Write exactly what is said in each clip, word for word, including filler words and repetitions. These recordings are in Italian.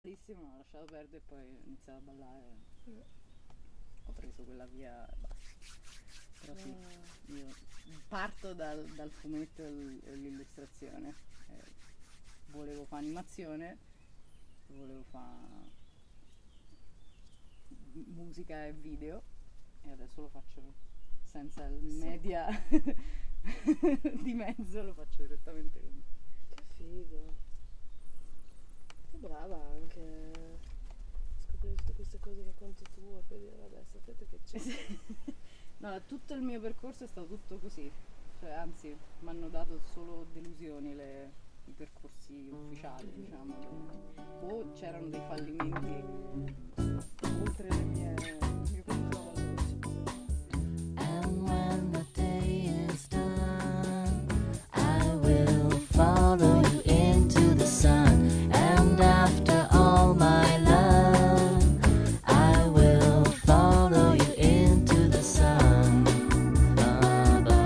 Bellissimo, l'ho lasciato perdere e poi ho iniziato a ballare. Ho preso quella via e basta. Però sì, io parto dal, dal fumetto e l- e l'illustrazione. Eh, volevo fare animazione, volevo fare musica e video e adesso lo faccio senza il Sì. media di mezzo, lo faccio direttamente con. Che figo. Che brava anche a scoprire tutte queste cose per conto tuo e poi dire vabbè sapete che c'è. No, tutto il mio percorso è stato tutto così, cioè anzi mi hanno dato solo delusioni le- i percorsi ufficiali, diciamo, o c'erano dei fallimenti oltre le mie, il mio controllo. And when the day is done, I will follow you into the sun. And after all my love, I will follow you into the sun. Ba, ba,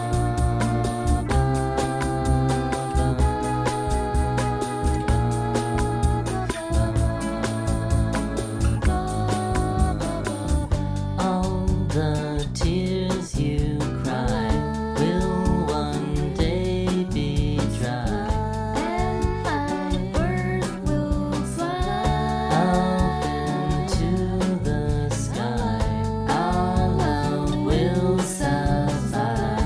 all the tears you cry will one day be dry, and my bird will fly up into the sky. Our love will survive.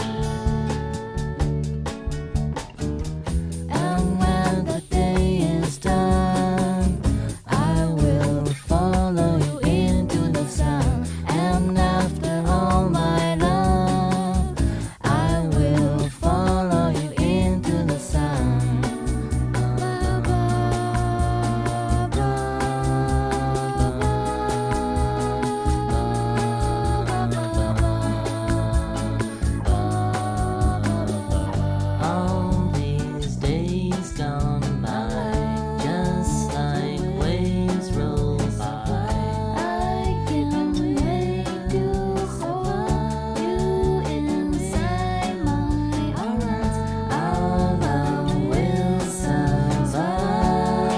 And when the day is done, I will follow you into the sun. And after all my love, I will follow you into the sun. Ba, ba, ba, all these days gone by, just like waves roll by. I can't wait to hold you inside my arms. Our love will survive.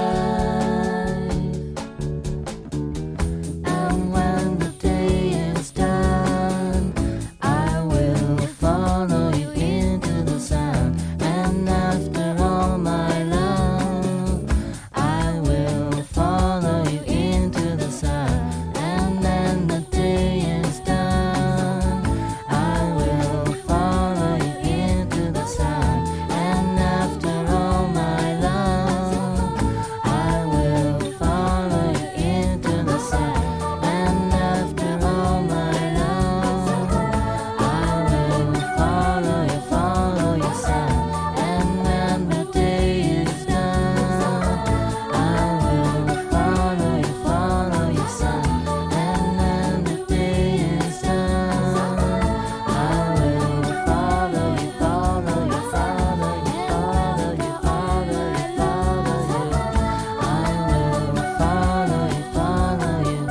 And when the day is done, I will follow you into the sun. And after all my love, I will follow you into the sun. And then the day is done, I will follow you into the sun. And after all my love, I will follow you into the sun. And after all my love, I will follow you, follow your son. And when the day is done, I will follow you, follow your son. And when the day is done, I will follow you, follow you, follow you, follow you, follow you, follow you. I will follow you, follow you.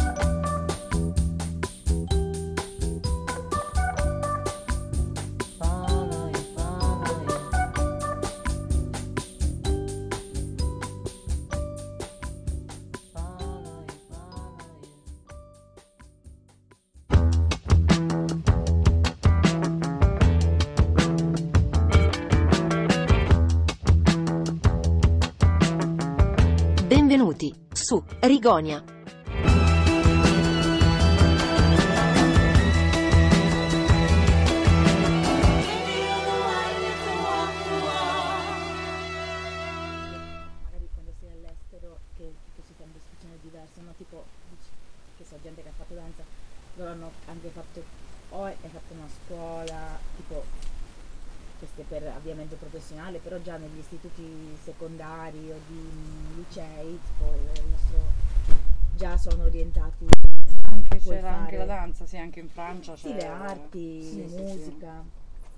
Follow you, follow you. Follow you, follow you. Benvenuti su Rigonia. Magari quando sei all'estero che tipo si fanno discussioni diverse, no? Tipo dici, che so, gente che ha fatto danza, loro hanno anche fatto o hai fatto una scuola tipo queste per avviamento professionale, però già negli istituti secondari o di mm, licei, tipo il nostro già sono orientati Anche puoi c'era anche la fare- danza, sì, anche in Francia sì, c'è le arti, Sì, sì, sì. musica.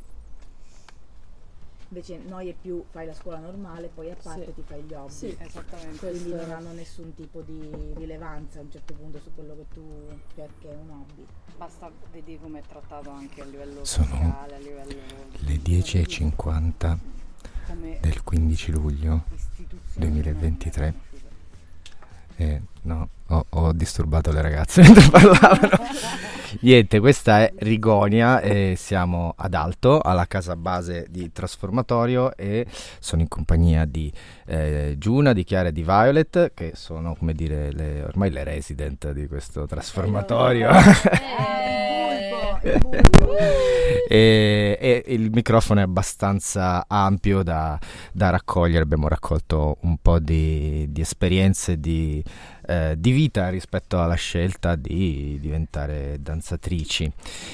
Invece noi è più fai la scuola normale, poi a parte Sì. ti fai gli hobby. Sì, esattamente. Quindi Questo- non hanno nessun tipo di rilevanza a un certo punto su quello che tu perché è un hobby. Basta vedere come è trattato anche a livello Sono fiscale, a livello Le dieci e cinquanta come del quindici luglio istituzione duemilaventitré. non è conosciuta. Eh, no, ho, ho disturbato le ragazze mentre parlavano. Niente, questa è Rigonia e siamo ad Alto, alla casa base di Trasformatorio, e sono in compagnia di eh, Giuna, di Chiara e di Violet, che sono, come dire, le, ormai le resident di questo trasformatorio. Eh, il bulbo. e, e il microfono è abbastanza ampio da, da raccogliere. Abbiamo raccolto un po' di, di esperienze di, eh, di vita rispetto alla scelta di diventare danzatrici.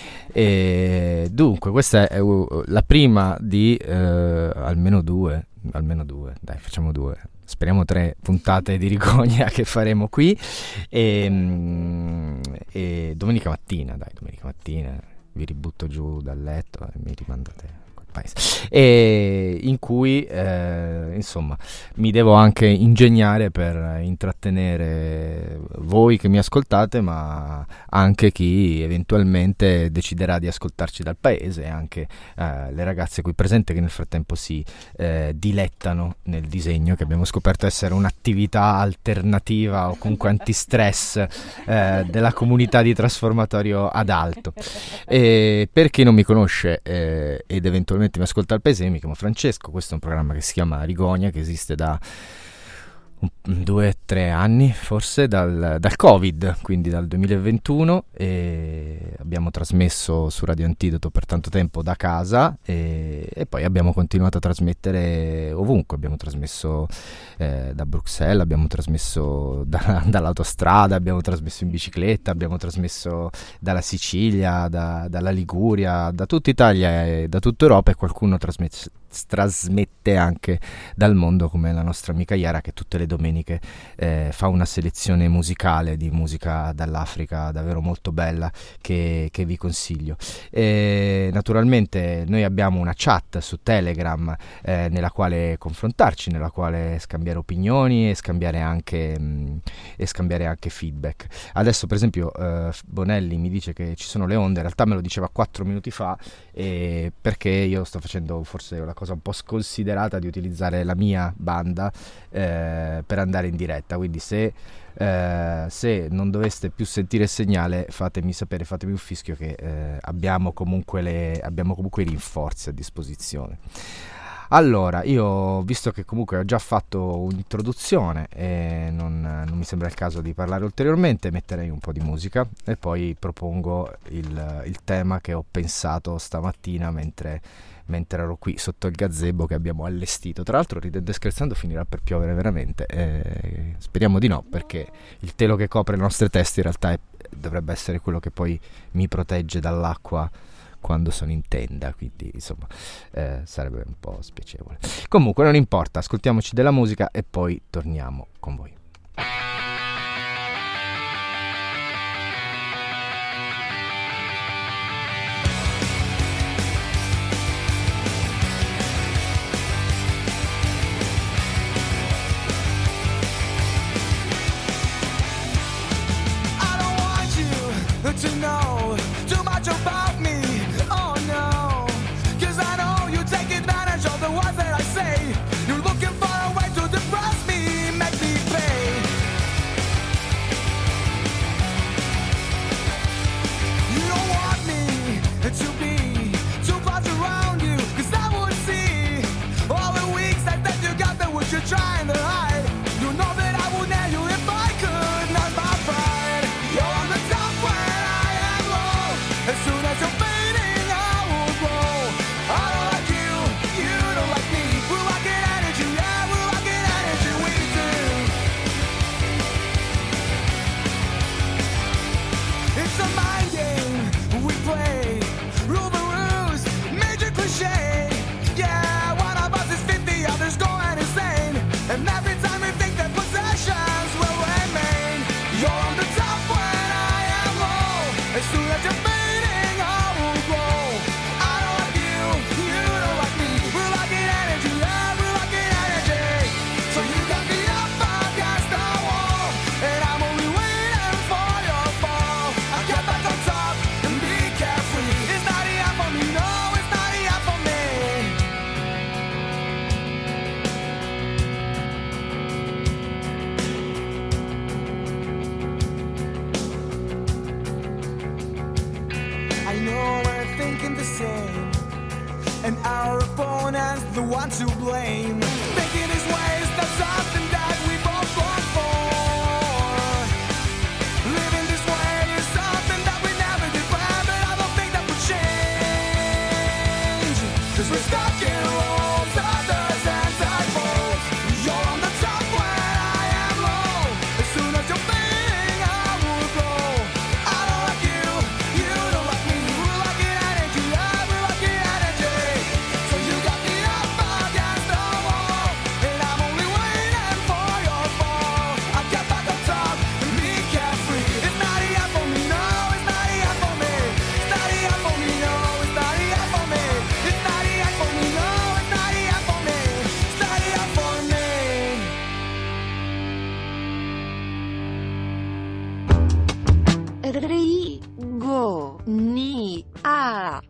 E dunque questa è uh, la prima di eh, almeno due almeno due dai, facciamo due, speriamo tre puntate di Rigonia che faremo qui, e, mm, e domenica mattina dai domenica mattina vi ributto giù dal letto e mi rimandate a quel paese, e in cui eh, insomma mi devo anche ingegnare per intrattenere voi che mi ascoltate, ma anche chi eventualmente deciderà di ascoltarci dal paese, e anche eh, le ragazze qui presenti che nel frattempo si eh, dilettano nel disegno, che abbiamo scoperto essere un'attività alternativa o comunque antistress eh, della comunità di Trasformatorio ad Alto. E per chi non mi conosce eh, ed eventualmente mi ascolta al paese, io mi chiamo Francesco, questo è un programma che si chiama Rigonia, che esiste da un, due, tre anni forse, dal, dal Covid, quindi dal duemilaventuno, e abbiamo trasmesso su Radio Antidoto per tanto tempo da casa, e, e poi abbiamo continuato a trasmettere ovunque. Abbiamo trasmesso eh, da Bruxelles, abbiamo trasmesso da, dall'autostrada, abbiamo trasmesso in bicicletta, abbiamo trasmesso dalla Sicilia, da, dalla Liguria, da tutta Italia e da tutta Europa, e qualcuno trasmette trasmette anche dal mondo, come la nostra amica Iara, che tutte le domeniche eh, fa una selezione musicale di musica dall'Africa davvero molto bella, che, che vi consiglio. E naturalmente noi abbiamo una chat su Telegram eh, nella quale confrontarci, nella quale scambiare opinioni e scambiare anche mh, e scambiare anche feedback. Adesso per esempio eh, Bonelli mi dice che ci sono le onde, in realtà me lo diceva quattro minuti fa, e perché io sto facendo forse la cosa un po' sconsiderata di utilizzare la mia banda eh, per andare in diretta, quindi se, eh, se non doveste più sentire il segnale, fatemi sapere, fatemi un fischio, che eh, abbiamo comunque le, abbiamo comunque i rinforzi a disposizione. Allora, io, visto che comunque ho già fatto un'introduzione e non, non mi sembra il caso di parlare ulteriormente, metterei un po' di musica e poi propongo il, il tema che ho pensato stamattina mentre, mentre ero qui sotto il gazebo che abbiamo allestito. Tra l'altro, ridendo e scherzando, finirà per piovere veramente. Eh, speriamo di no, perché il telo che copre le nostre teste in realtà è, dovrebbe essere quello che poi mi protegge dall'acqua quando sono in tenda, quindi insomma eh, sarebbe un po' spiacevole. Comunque non importa, ascoltiamoci della musica e poi torniamo con voi. I don't want you to know too much about me. You're looking for a way to depress me, make me pay. You don't want me to be too close around you, 'cause I would see all the weak sides that you got, that what you're trying to hide. You know that I would nail you if I could, not my pride. You're on the top when I am low. As soon as I know we're thinking the same, and our opponent's the one to blame. Thinking his ways, that's something that we both long for. Living this way is something that we never did plan, but I don't think that would change. Cause we're stuck in roles, others and typos. You're on the top when I am low. As soon as you're fading, I will go. I don't like you, you don't like me. We're lacking energy, yeah, we're lacking energy. So you got me up against the wall, and I'm only waiting for your fall. I get back on top and be carefree. It's not enough for me, no, it's not enough for me. It's not enough for me, no, it's not enough for me. It's not enough for me, no, it's not enough for me. It's not enough for me. Rigonia.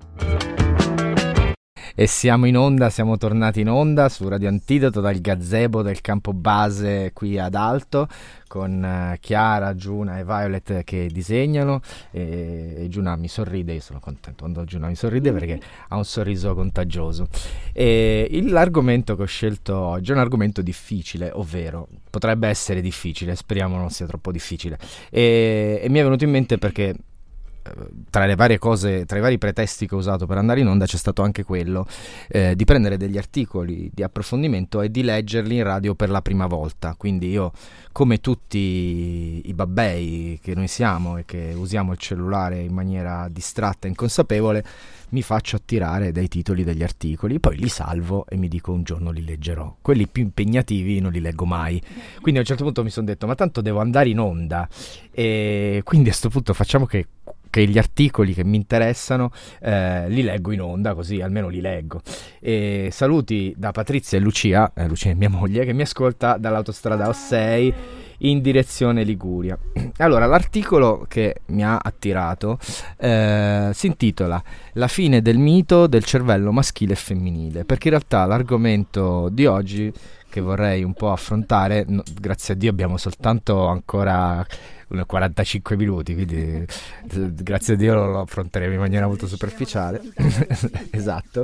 E siamo in onda, siamo tornati in onda su Radio Antidoto dal gazebo del campo base qui ad Alto, con eh, Chiara, Giuna e Violet che disegnano, e, e Giuna mi sorride, io sono contento quando Giuna mi sorride perché ha un sorriso contagioso. E il- l'argomento che ho scelto oggi è un argomento difficile, ovvero potrebbe essere difficile, speriamo non sia troppo difficile, e, e mi è venuto in mente perché tra le varie cose, tra i vari pretesti che ho usato per andare in onda c'è stato anche quello eh, di prendere degli articoli di approfondimento e di leggerli in radio per la prima volta. Quindi io, come tutti i babbei che noi siamo e che usiamo il cellulare in maniera distratta e inconsapevole, mi faccio attirare dai titoli degli articoli, poi li salvo e mi dico un giorno li leggerò. Quelli più impegnativi non li leggo mai. Quindi a un certo punto mi sono detto, ma tanto devo andare in onda, e quindi a sto punto facciamo che che gli articoli che mi interessano eh, li leggo in onda, così almeno li leggo. E saluti da Patrizia e Lucia, eh, Lucia è mia moglie, che mi ascolta dall'autostrada O sei in direzione Liguria. Allora, l'articolo che mi ha attirato eh, si intitola La fine del mito del cervello maschile e femminile, perché in realtà l'argomento di oggi che vorrei un po' affrontare, no, grazie a Dio abbiamo soltanto ancora una quarantacinque minuti, quindi eh, grazie a Dio lo, lo affronteremo in maniera molto superficiale. Esatto,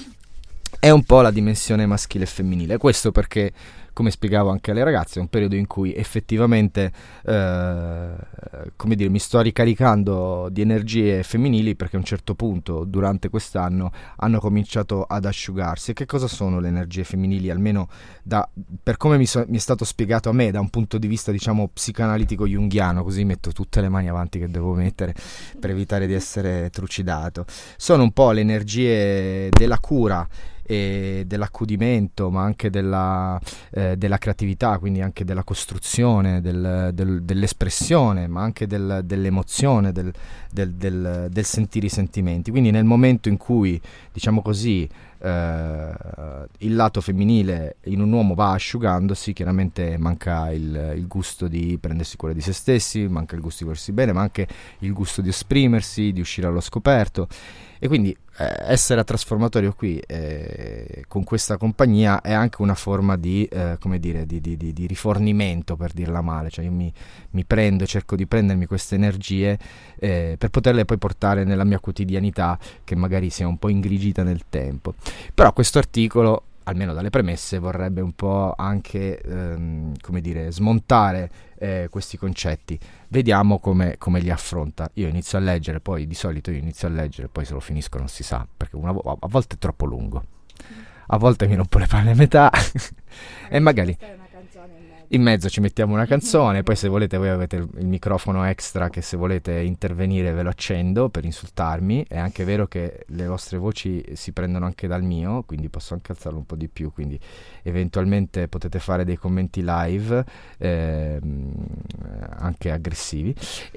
è un po' la dimensione maschile e femminile. Questo perché, come spiegavo anche alle ragazze, è un periodo in cui effettivamente eh, come dire, mi sto ricaricando di energie femminili, perché a un certo punto durante quest'anno hanno cominciato ad asciugarsi. E che cosa sono le energie femminili, almeno da, per come mi, so, mi è stato spiegato a me da un punto di vista, diciamo, psicanalitico junghiano, così metto tutte le mani avanti che devo mettere per evitare di essere trucidato. Sono un po' le energie della cura e dell'accudimento, ma anche della, eh, della creatività, quindi anche della costruzione, del, del, dell'espressione, ma anche del, dell'emozione, del, del, del, del sentire i sentimenti. Quindi nel momento in cui, diciamo così, eh, il lato femminile in un uomo va asciugandosi, chiaramente manca il, il gusto di prendersi cura di se stessi, manca il gusto di volersi bene, ma anche il gusto di esprimersi, di uscire allo scoperto. E quindi eh, essere a Trasformatorio qui eh, con questa compagnia è anche una forma di, eh, come dire, di, di, di, di rifornimento, per dirla male. Cioè io mi, mi prendo, cerco di prendermi queste energie eh, per poterle poi portare nella mia quotidianità, che magari sia un po' ingrigita nel tempo. Però questo articolo, almeno dalle premesse, vorrebbe un po' anche ehm, come dire, smontare eh, questi concetti. Vediamo come, come li affronta. Io inizio a leggere, poi di solito io inizio a leggere, poi se lo finisco non si sa, perché una vo- a volte è troppo lungo, a volte mi rompo le palle a metà e magari in mezzo ci mettiamo una canzone. Poi se volete voi avete il, il microfono extra, che se volete intervenire ve lo accendo per insultarmi. È anche vero che le vostre voci si prendono anche dal mio, quindi posso anche alzarlo un po' di più, quindi eventualmente potete fare dei commenti live ehm, anche aggressivi,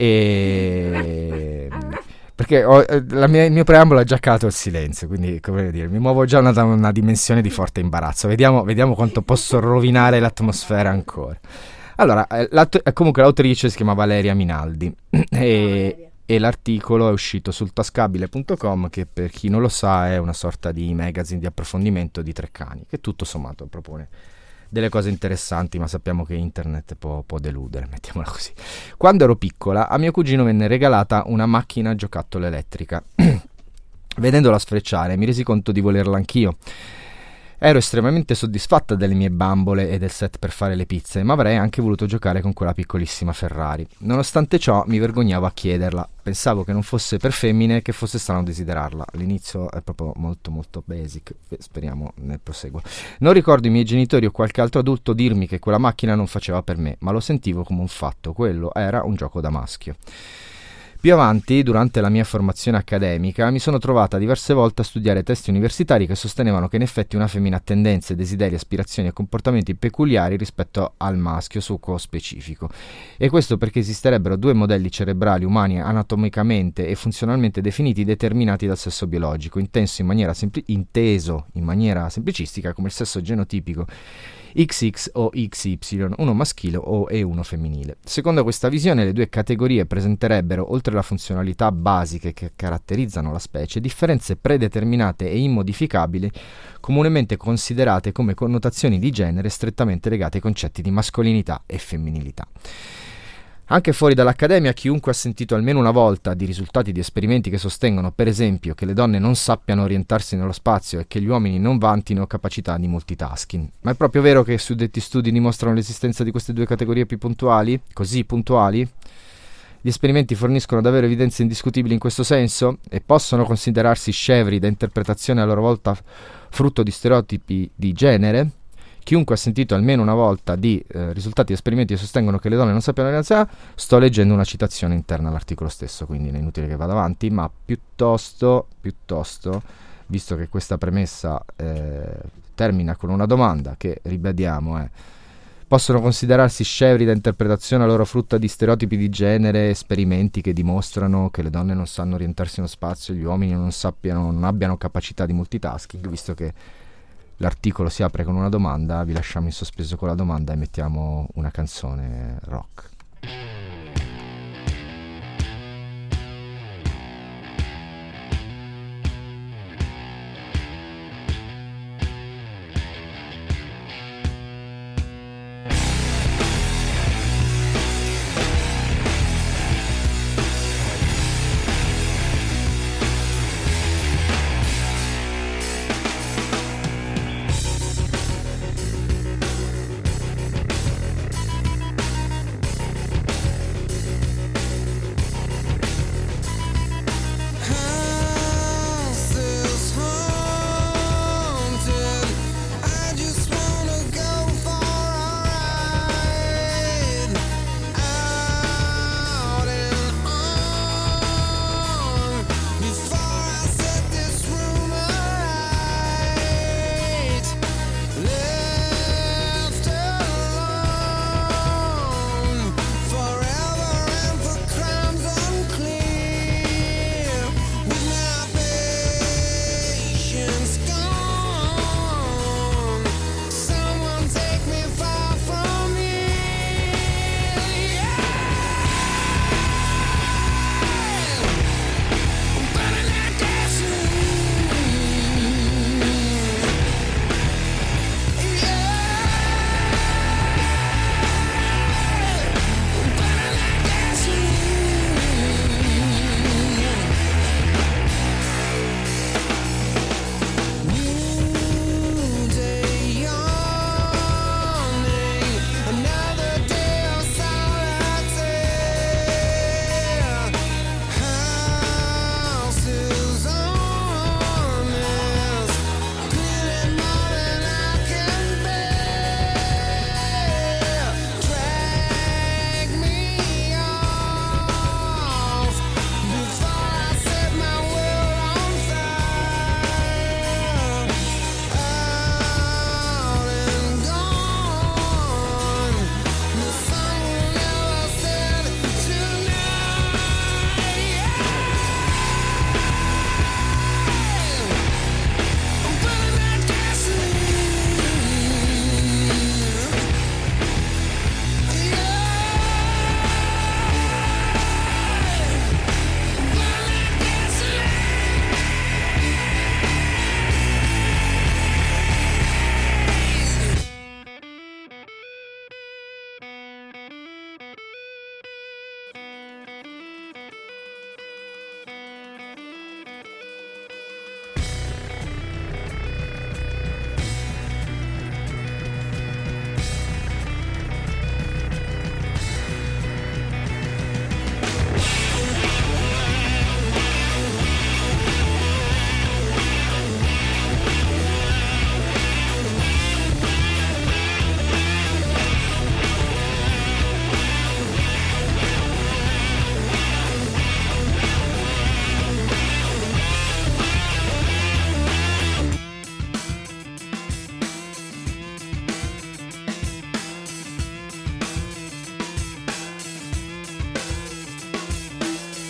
e perché ho, la mia, il mio preambolo ha già calato il silenzio, quindi come dire, mi muovo già una, una dimensione di forte imbarazzo. Vediamo, vediamo quanto posso rovinare l'atmosfera ancora. Allora, eh, comunque l'autrice si chiama Valeria Minaldi e, e l'articolo è uscito sul tascabile punto com, che per chi non lo sa è una sorta di magazine di approfondimento di Treccani, che tutto sommato propone delle cose interessanti, ma sappiamo che internet può, può deludere, mettiamola così. Quando ero piccola, a mio cugino venne regalata una macchina giocattolo elettrica. Vedendola sfrecciare mi resi conto di volerla anch'io. Ero estremamente soddisfatta delle mie bambole e del set per fare le pizze, ma avrei anche voluto giocare con quella piccolissima Ferrari. Nonostante ciò mi vergognavo a chiederla. Pensavo che non fosse per femmine e che fosse strano desiderarla. All'inizio è proprio molto molto basic, speriamo nel proseguo. Non ricordo i miei genitori o qualche altro adulto dirmi che quella macchina non faceva per me, ma lo sentivo come un fatto. Quello era un gioco da maschio. Più avanti, durante la mia formazione accademica, mi sono trovata diverse volte a studiare testi universitari che sostenevano che in effetti una femmina ha tendenze, desideri, aspirazioni e comportamenti peculiari rispetto al maschio suo specifico. E questo perché esisterebbero due modelli cerebrali umani anatomicamente e funzionalmente definiti determinati dal sesso biologico, inteso in maniera, sempli- inteso in maniera semplicistica come il sesso genotipico X X o X Y, uno maschile o e uno femminile. Secondo questa visione, le due categorie presenterebbero, oltre alla funzionalità basiche che caratterizzano la specie, differenze predeterminate e immodificabili, comunemente considerate come connotazioni di genere strettamente legate ai concetti di mascolinità e femminilità. Anche fuori dall'accademia, chiunque ha sentito almeno una volta di risultati di esperimenti che sostengono, per esempio, che le donne non sappiano orientarsi nello spazio e che gli uomini non vantino capacità di multitasking. Ma è proprio vero che suddetti studi dimostrano l'esistenza di queste due categorie più puntuali? Così puntuali? Gli esperimenti forniscono davvero evidenze indiscutibili in questo senso? E possono considerarsi scevri da interpretazioni a loro volta frutto di stereotipi di genere? Chiunque ha sentito almeno una volta di eh, risultati di esperimenti che sostengono che le donne non sappiano orientarsi, sto leggendo una citazione interna all'articolo stesso, quindi è inutile che vada avanti, ma piuttosto, piuttosto, visto che questa premessa eh, termina con una domanda che ribadiamo è: possono considerarsi scevri da interpretazione a loro frutta di stereotipi di genere, esperimenti che dimostrano che le donne non sanno orientarsi nello spazio, gli uomini non sappiano, non abbiano capacità di multitasking, visto che l'articolo si apre con una domanda, vi lasciamo in sospeso con la domanda e mettiamo una canzone rock.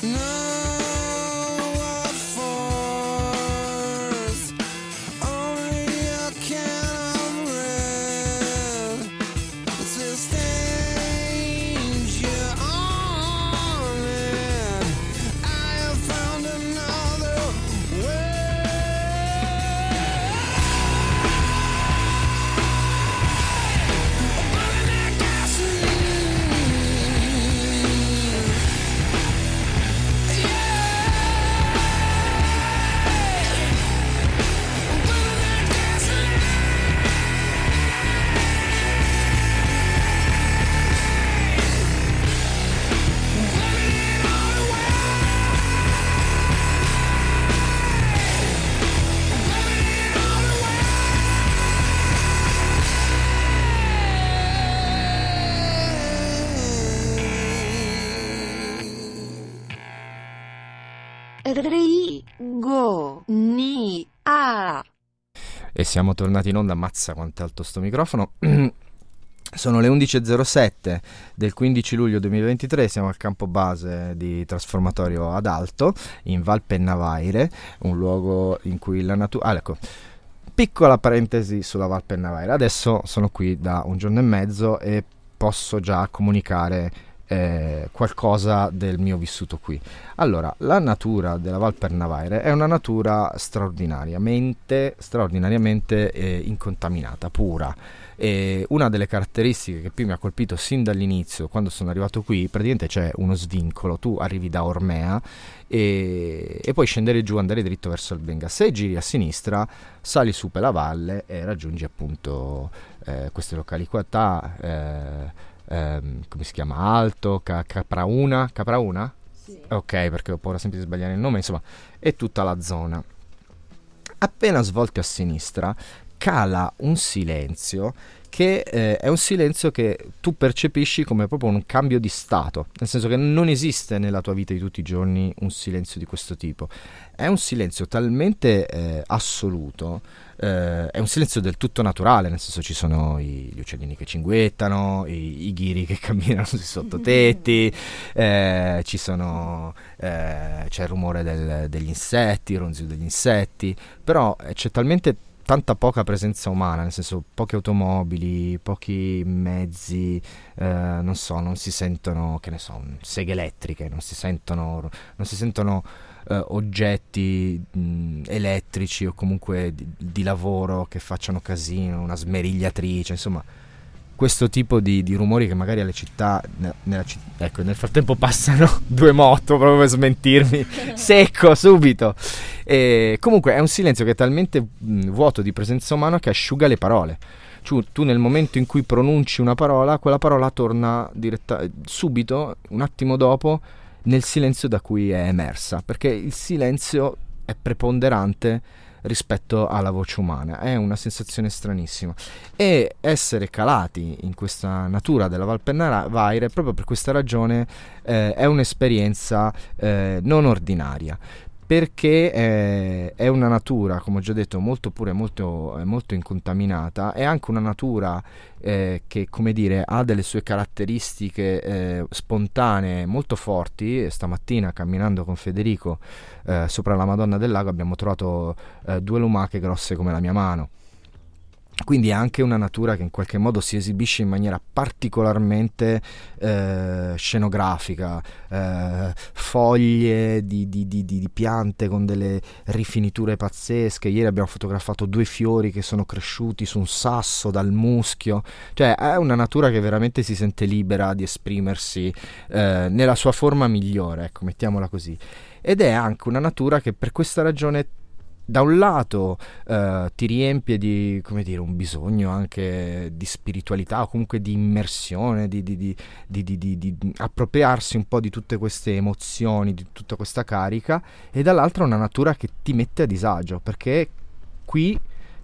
Rigonia. E siamo tornati in onda. Ammazza quanto è alto sto microfono. Sono le undici e zero sette del quindici luglio duemilaventitré, siamo al campo base di Trasformatorio ad Alto in Val Pennavaire, un luogo in cui la natura... Ah, ecco, piccola parentesi sulla Val Pennavaire. Adesso sono qui da un giorno e mezzo e posso già comunicare eh, qualcosa del mio vissuto qui. Allora, la natura della Val Pennavaire è una natura straordinariamente, straordinariamente eh, incontaminata, pura. E una delle caratteristiche che più mi ha colpito sin dall'inizio, quando sono arrivato qui, praticamente c'è uno svincolo. Tu arrivi da Ormea e, e puoi scendere giù, andare dritto verso Albenga. Se giri a sinistra, sali su per la valle e raggiungi appunto eh, queste località, eh, eh, come si chiama? Alto, Ca- Caprauna? Caprauna? Sì. Ok, perché ho paura sempre di sbagliare il nome, insomma, è tutta la zona. Appena svolti a sinistra, cala un silenzio che eh, è un silenzio che tu percepisci come proprio un cambio di stato, nel senso che non esiste nella tua vita di tutti i giorni un silenzio di questo tipo. È un silenzio talmente eh, assoluto, eh, è un silenzio del tutto naturale, nel senso ci sono i, gli uccellini che cinguettano, i, i ghiri che camminano sui sottotetti, eh, ci sono, eh, c'è il rumore del, degli insetti, il ronzio degli insetti, però eh, c'è talmente tanta poca presenza umana, nel senso poche automobili, pochi mezzi, eh, non so, non si sentono, che ne so, seghe elettriche, non si sentono, non si sentono eh, oggetti mh, elettrici o comunque di, di lavoro che facciano casino, una smerigliatrice, insomma questo tipo di, di rumori che magari alle città, ne, nella città, ecco, nel frattempo passano due moto proprio per smentirmi, secco subito. E comunque è un silenzio che è talmente mh, vuoto di presenza umana che asciuga le parole. Cioè, tu nel momento in cui pronunci una parola, quella parola torna diretta, subito, un attimo dopo, nel silenzio da cui è emersa, perché il silenzio è preponderante rispetto alla voce umana. È una sensazione stranissima, e essere calati in questa natura della Val Pennavaire proprio per questa ragione eh, è un'esperienza eh, non ordinaria, perché eh, è una natura, come ho già detto, molto pura e molto, molto incontaminata. È anche una natura eh, che, come dire, ha delle sue caratteristiche eh, spontanee molto forti. Stamattina, camminando con Federico eh, sopra la Madonna del Lago, abbiamo trovato eh, due lumache grosse come la mia mano. Quindi è anche una natura che in qualche modo si esibisce in maniera particolarmente eh, scenografica, eh, foglie di, di, di, di piante con delle rifiniture pazzesche. Ieri abbiamo fotografato due fiori che sono cresciuti su un sasso dal muschio. Cioè è una natura che veramente si sente libera di esprimersi eh, nella sua forma migliore, ecco, mettiamola così. Ed è anche una natura che per questa ragione da un lato eh, ti riempie di, come dire, un bisogno anche di spiritualità o comunque di immersione, di, di, di, di, di, di, di appropriarsi un po' di tutte queste emozioni, di tutta questa carica, e dall'altro una natura che ti mette a disagio, perché qui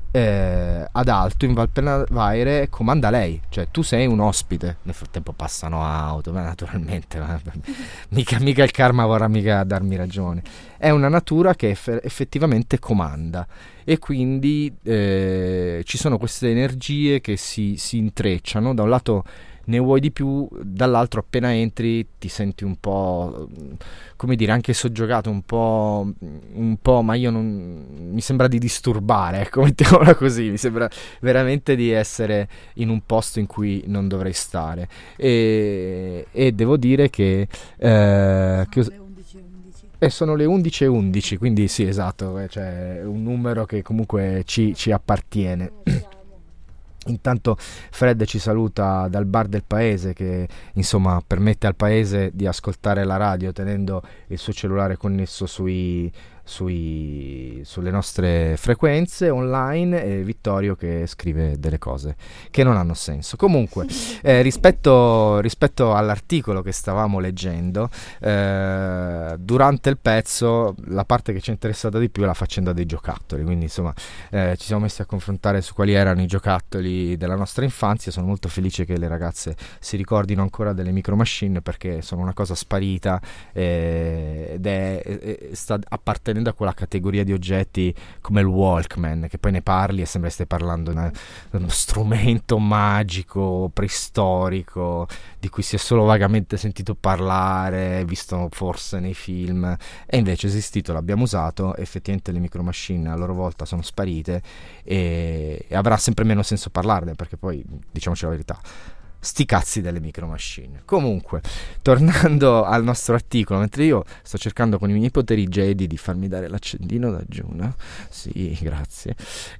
eh, ad Alto in Val Pennavaire comanda lei, cioè tu sei un ospite, nel frattempo passano auto, ma naturalmente ma, mica, mica il karma vorrà mica darmi ragione. È una natura che eff- effettivamente comanda, e quindi eh, ci sono queste energie che si, si intrecciano. Da un lato ne vuoi di più, dall'altro appena entri ti senti un po', come dire, anche soggiogato, un po', un po', ma io non, mi sembra di disturbare, ecco, mettiamola così, mi sembra veramente di essere in un posto in cui non dovrei stare, e, e devo dire che, eh, che Le undici e undici. e sono le undici e undici, quindi sì, esatto, eh, cioè un numero che comunque ci, ci appartiene. Intanto Fred ci saluta dal bar del paese, che insomma permette al paese di ascoltare la radio tenendo il suo cellulare connesso sui, sui, sulle nostre frequenze online, e Vittorio che scrive delle cose che non hanno senso. Comunque eh, rispetto, rispetto all'articolo che stavamo leggendo, eh, durante il pezzo la parte che ci è interessata di più è la faccenda dei giocattoli, quindi insomma eh, ci siamo messi a confrontare su quali erano i giocattoli della nostra infanzia. Sono molto felice che le ragazze si ricordino ancora delle Micro Machine, perché sono una cosa sparita, eh, ed è, è, sta appartenendo a quella categoria di oggetti come il Walkman, che poi ne parli e sembra stai parlando di uno strumento magico preistorico di cui si è solo vagamente sentito parlare, visto forse nei film, e invece è esistito, l'abbiamo usato. Effettivamente le Micro Machine a loro volta sono sparite, e, e avrà sempre meno senso parlarne, perché poi, diciamoci la verità, sti cazzi delle Micro Machine. Comunque, tornando al nostro articolo, mentre io sto cercando con i miei poteri Jedi di farmi dare l'accendino da giù, no? Sì, grazie.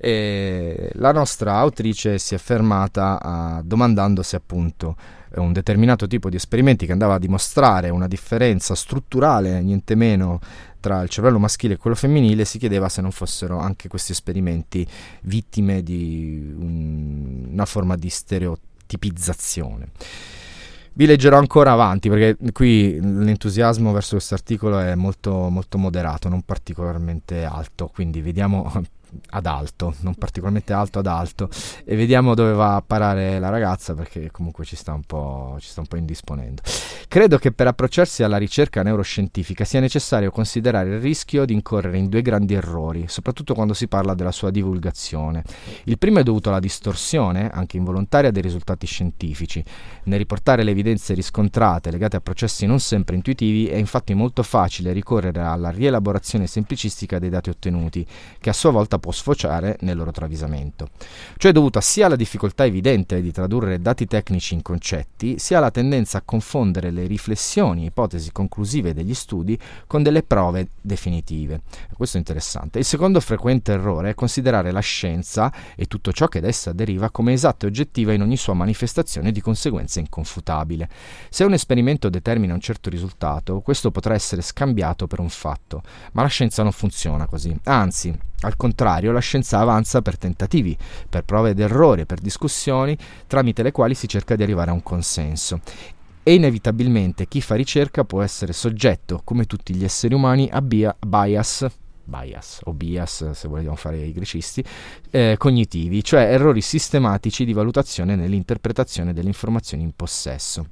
E la nostra autrice si è fermata a, domandandosi appunto un determinato tipo di esperimenti che andava a dimostrare una differenza strutturale, niente meno, tra il cervello maschile e quello femminile. Si chiedeva se non fossero anche questi esperimenti vittime di un, una forma di stereotipizzazione. Vi leggerò ancora avanti, perché qui l'entusiasmo verso questo articolo è molto, molto moderato, non particolarmente alto, quindi vediamo ad alto, non particolarmente alto, ad alto, e vediamo dove va a parare la ragazza, perché comunque ci sta un po', ci sta un po' indisponendo. Credo che per approcciarsi alla ricerca neuroscientifica sia necessario considerare il rischio di incorrere in due grandi errori, soprattutto quando si parla della sua divulgazione. Il primo è dovuto alla distorsione, anche involontaria, dei risultati scientifici. Nel riportare le evidenze riscontrate legate a processi non sempre intuitivi, è infatti molto facile ricorrere alla rielaborazione semplicistica dei dati ottenuti, che a sua volta può sfociare nel loro travisamento. Ciò è dovuto sia alla difficoltà evidente di tradurre dati tecnici in concetti, sia alla tendenza a confondere le riflessioni e ipotesi conclusive degli studi con delle prove definitive. Questo è interessante. Il secondo frequente errore è considerare la scienza e tutto ciò che da essa deriva come esatta e oggettiva in ogni sua manifestazione, di conseguenza inconfutabile. Se un esperimento determina un certo risultato, questo potrà essere scambiato per un fatto, ma la scienza non funziona così. Anzi, al contrario, la scienza avanza per tentativi, per prove ed errori, per discussioni tramite le quali si cerca di arrivare a un consenso. E inevitabilmente chi fa ricerca può essere soggetto, come tutti gli esseri umani, a bia- bias, bias o bias, se vogliamo fare i grecisti, eh, cognitivi, cioè errori sistematici di valutazione nell'interpretazione delle informazioni in possesso.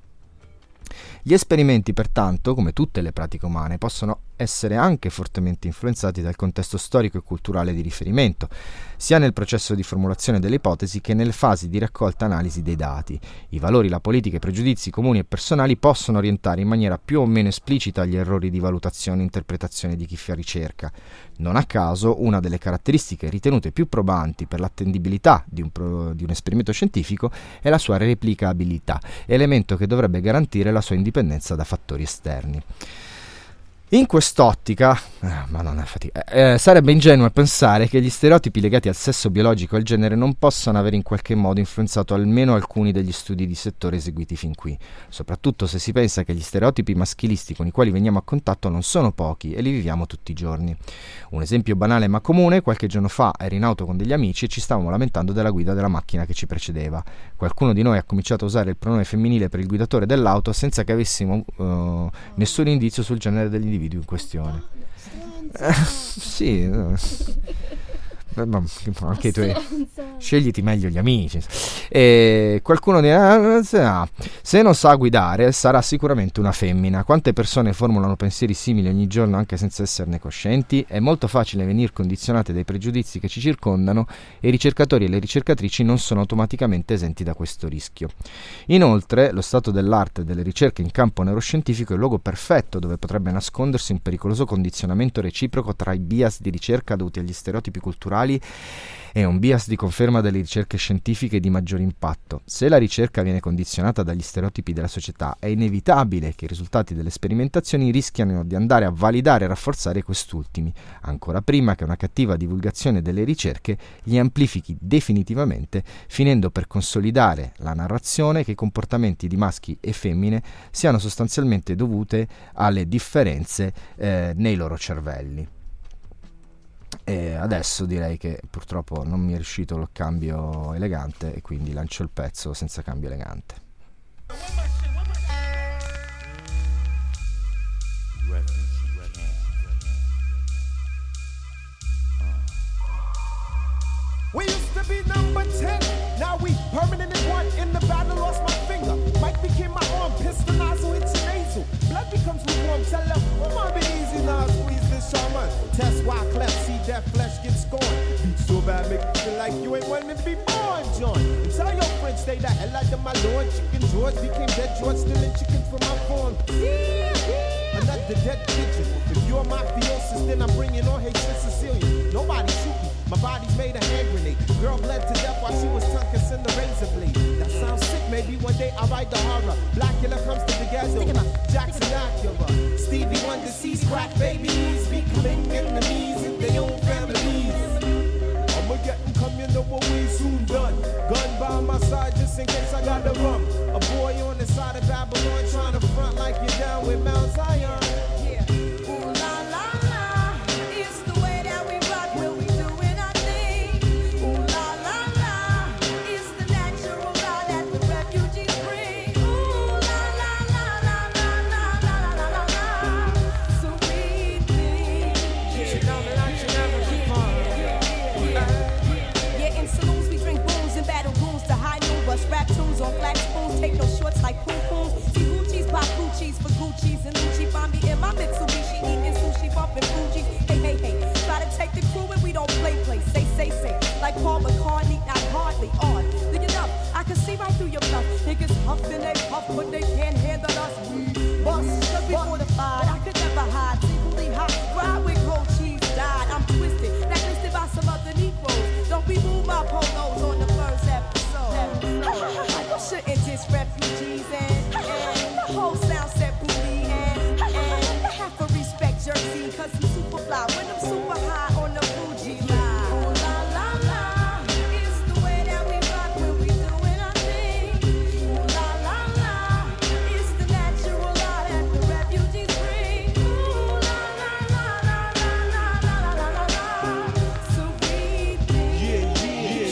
Gli esperimenti, pertanto, come tutte le pratiche umane, possono essere anche fortemente influenzati dal contesto storico e culturale di riferimento, sia nel processo di formulazione delle ipotesi che nelle fasi di raccolta e analisi dei dati. I valori, la politica, i pregiudizi comuni e personali possono orientare in maniera più o meno esplicita gli errori di valutazione e interpretazione di chi fa ricerca. Non a caso, una delle caratteristiche ritenute più probanti per l'attendibilità di un, pro, di un esperimento scientifico è la sua replicabilità, elemento che dovrebbe garantire la sua indipendenza da fattori esterni. In quest'ottica, eh, madonna, fatica, eh, sarebbe ingenuo pensare che gli stereotipi legati al sesso biologico e al genere non possano aver in qualche modo influenzato almeno alcuni degli studi di settore eseguiti fin qui, soprattutto se si pensa che gli stereotipi maschilisti con i quali veniamo a contatto non sono pochi e li viviamo tutti i giorni. Un esempio banale ma comune: qualche giorno fa ero in auto con degli amici e ci stavamo lamentando della guida della macchina che ci precedeva. Qualcuno di noi ha cominciato a usare il pronome femminile per il guidatore dell'auto senza che avessimo uh, nessun indizio sul genere degli individui in questione. Eh, sì, no. Eh, ma anche i tuoi, scegliti meglio gli amici. E qualcuno dirà: ah, se non sa guidare sarà sicuramente una femmina. Quante persone formulano pensieri simili ogni giorno anche senza esserne coscienti? È molto facile venire condizionate dai pregiudizi che ci circondano e i ricercatori e le ricercatrici non sono automaticamente esenti da questo rischio. Inoltre, lo stato dell'arte e delle ricerche in campo neuroscientifico è il luogo perfetto dove potrebbe nascondersi un pericoloso condizionamento reciproco tra i bias di ricerca dovuti agli stereotipi culturali e un bias di conferma delle ricerche scientifiche di maggior impatto. Se la ricerca viene condizionata dagli stereotipi della società, è inevitabile che i risultati delle sperimentazioni rischiano di andare a validare e rafforzare quest'ultimi, ancora prima che una cattiva divulgazione delle ricerche li amplifichi definitivamente, finendo per consolidare la narrazione che i comportamenti di maschi e femmine siano sostanzialmente dovute alle differenze eh, nei loro cervelli. E adesso direi che purtroppo non mi è riuscito il cambio elegante e quindi lancio il pezzo senza cambio elegante. We used to be number ten, now we permanent in one. In the battle, lost my finger. Mike became my arm, pistol nozzle hits your nasal. Blood becomes lukewarm, tell them, come on, be easy now, squeeze this shaman. Test why cleft, see that flesh get scorned. Beat so bad, make you feel like you ain't wanting to be born, John. And tell your friends, stay the hell out of my lord. Chicken George became dead George, stealing chicken from my farm. Another dead pigeon. If you're mafiosis, then I'm bringing on hatred Sicilian. Nobody shoot me. My body's made a hand grenade. Girl bled to death while she was tongue kissing the razor blade. That sounds sick, maybe one day I'll write the horror. Blackula comes to the ghetto. Jackson Acura. Stevie Wonder sees crack babies becoming enemies in their own families. I'ma get them come, you know what we soon done. Gun by my side just in case I got the rum. A boy on the side of Babylon trying to front like you're down with Mount Zion. Rap tunes on flat spoons, take no shorts like poo-poos. See Gucci's, pop Gucci's for Gucci's and Lucci. Find me in my Mitsubishi, eating sushi, bumping Fuji. Hey, hey, hey, try to take the crew and we don't play, play. Say, say, say, like Paul McCartney, not hardly on. Look it up, I can see right through your bluff. Niggas huffing, they puff, but they can't handle us. We bust, cause we fortified, I could never hide. Secretly hot, ride with cold cheese, died. I'm twisted, blacklisted by some other Negroes. Don't be move my polos on the first episode. You shouldn't diss refugees and, and the whole sound set booty and, and have to respect Jersey cause I'm super fly when I'm super high on the Fuji line. Ooh la la la, it's the way that we rock when we doing our thing. Ooh la la la, it's the natural law that the refugees bring. Ooh la la la la la la la la la la. So we think. Yeah, yeah,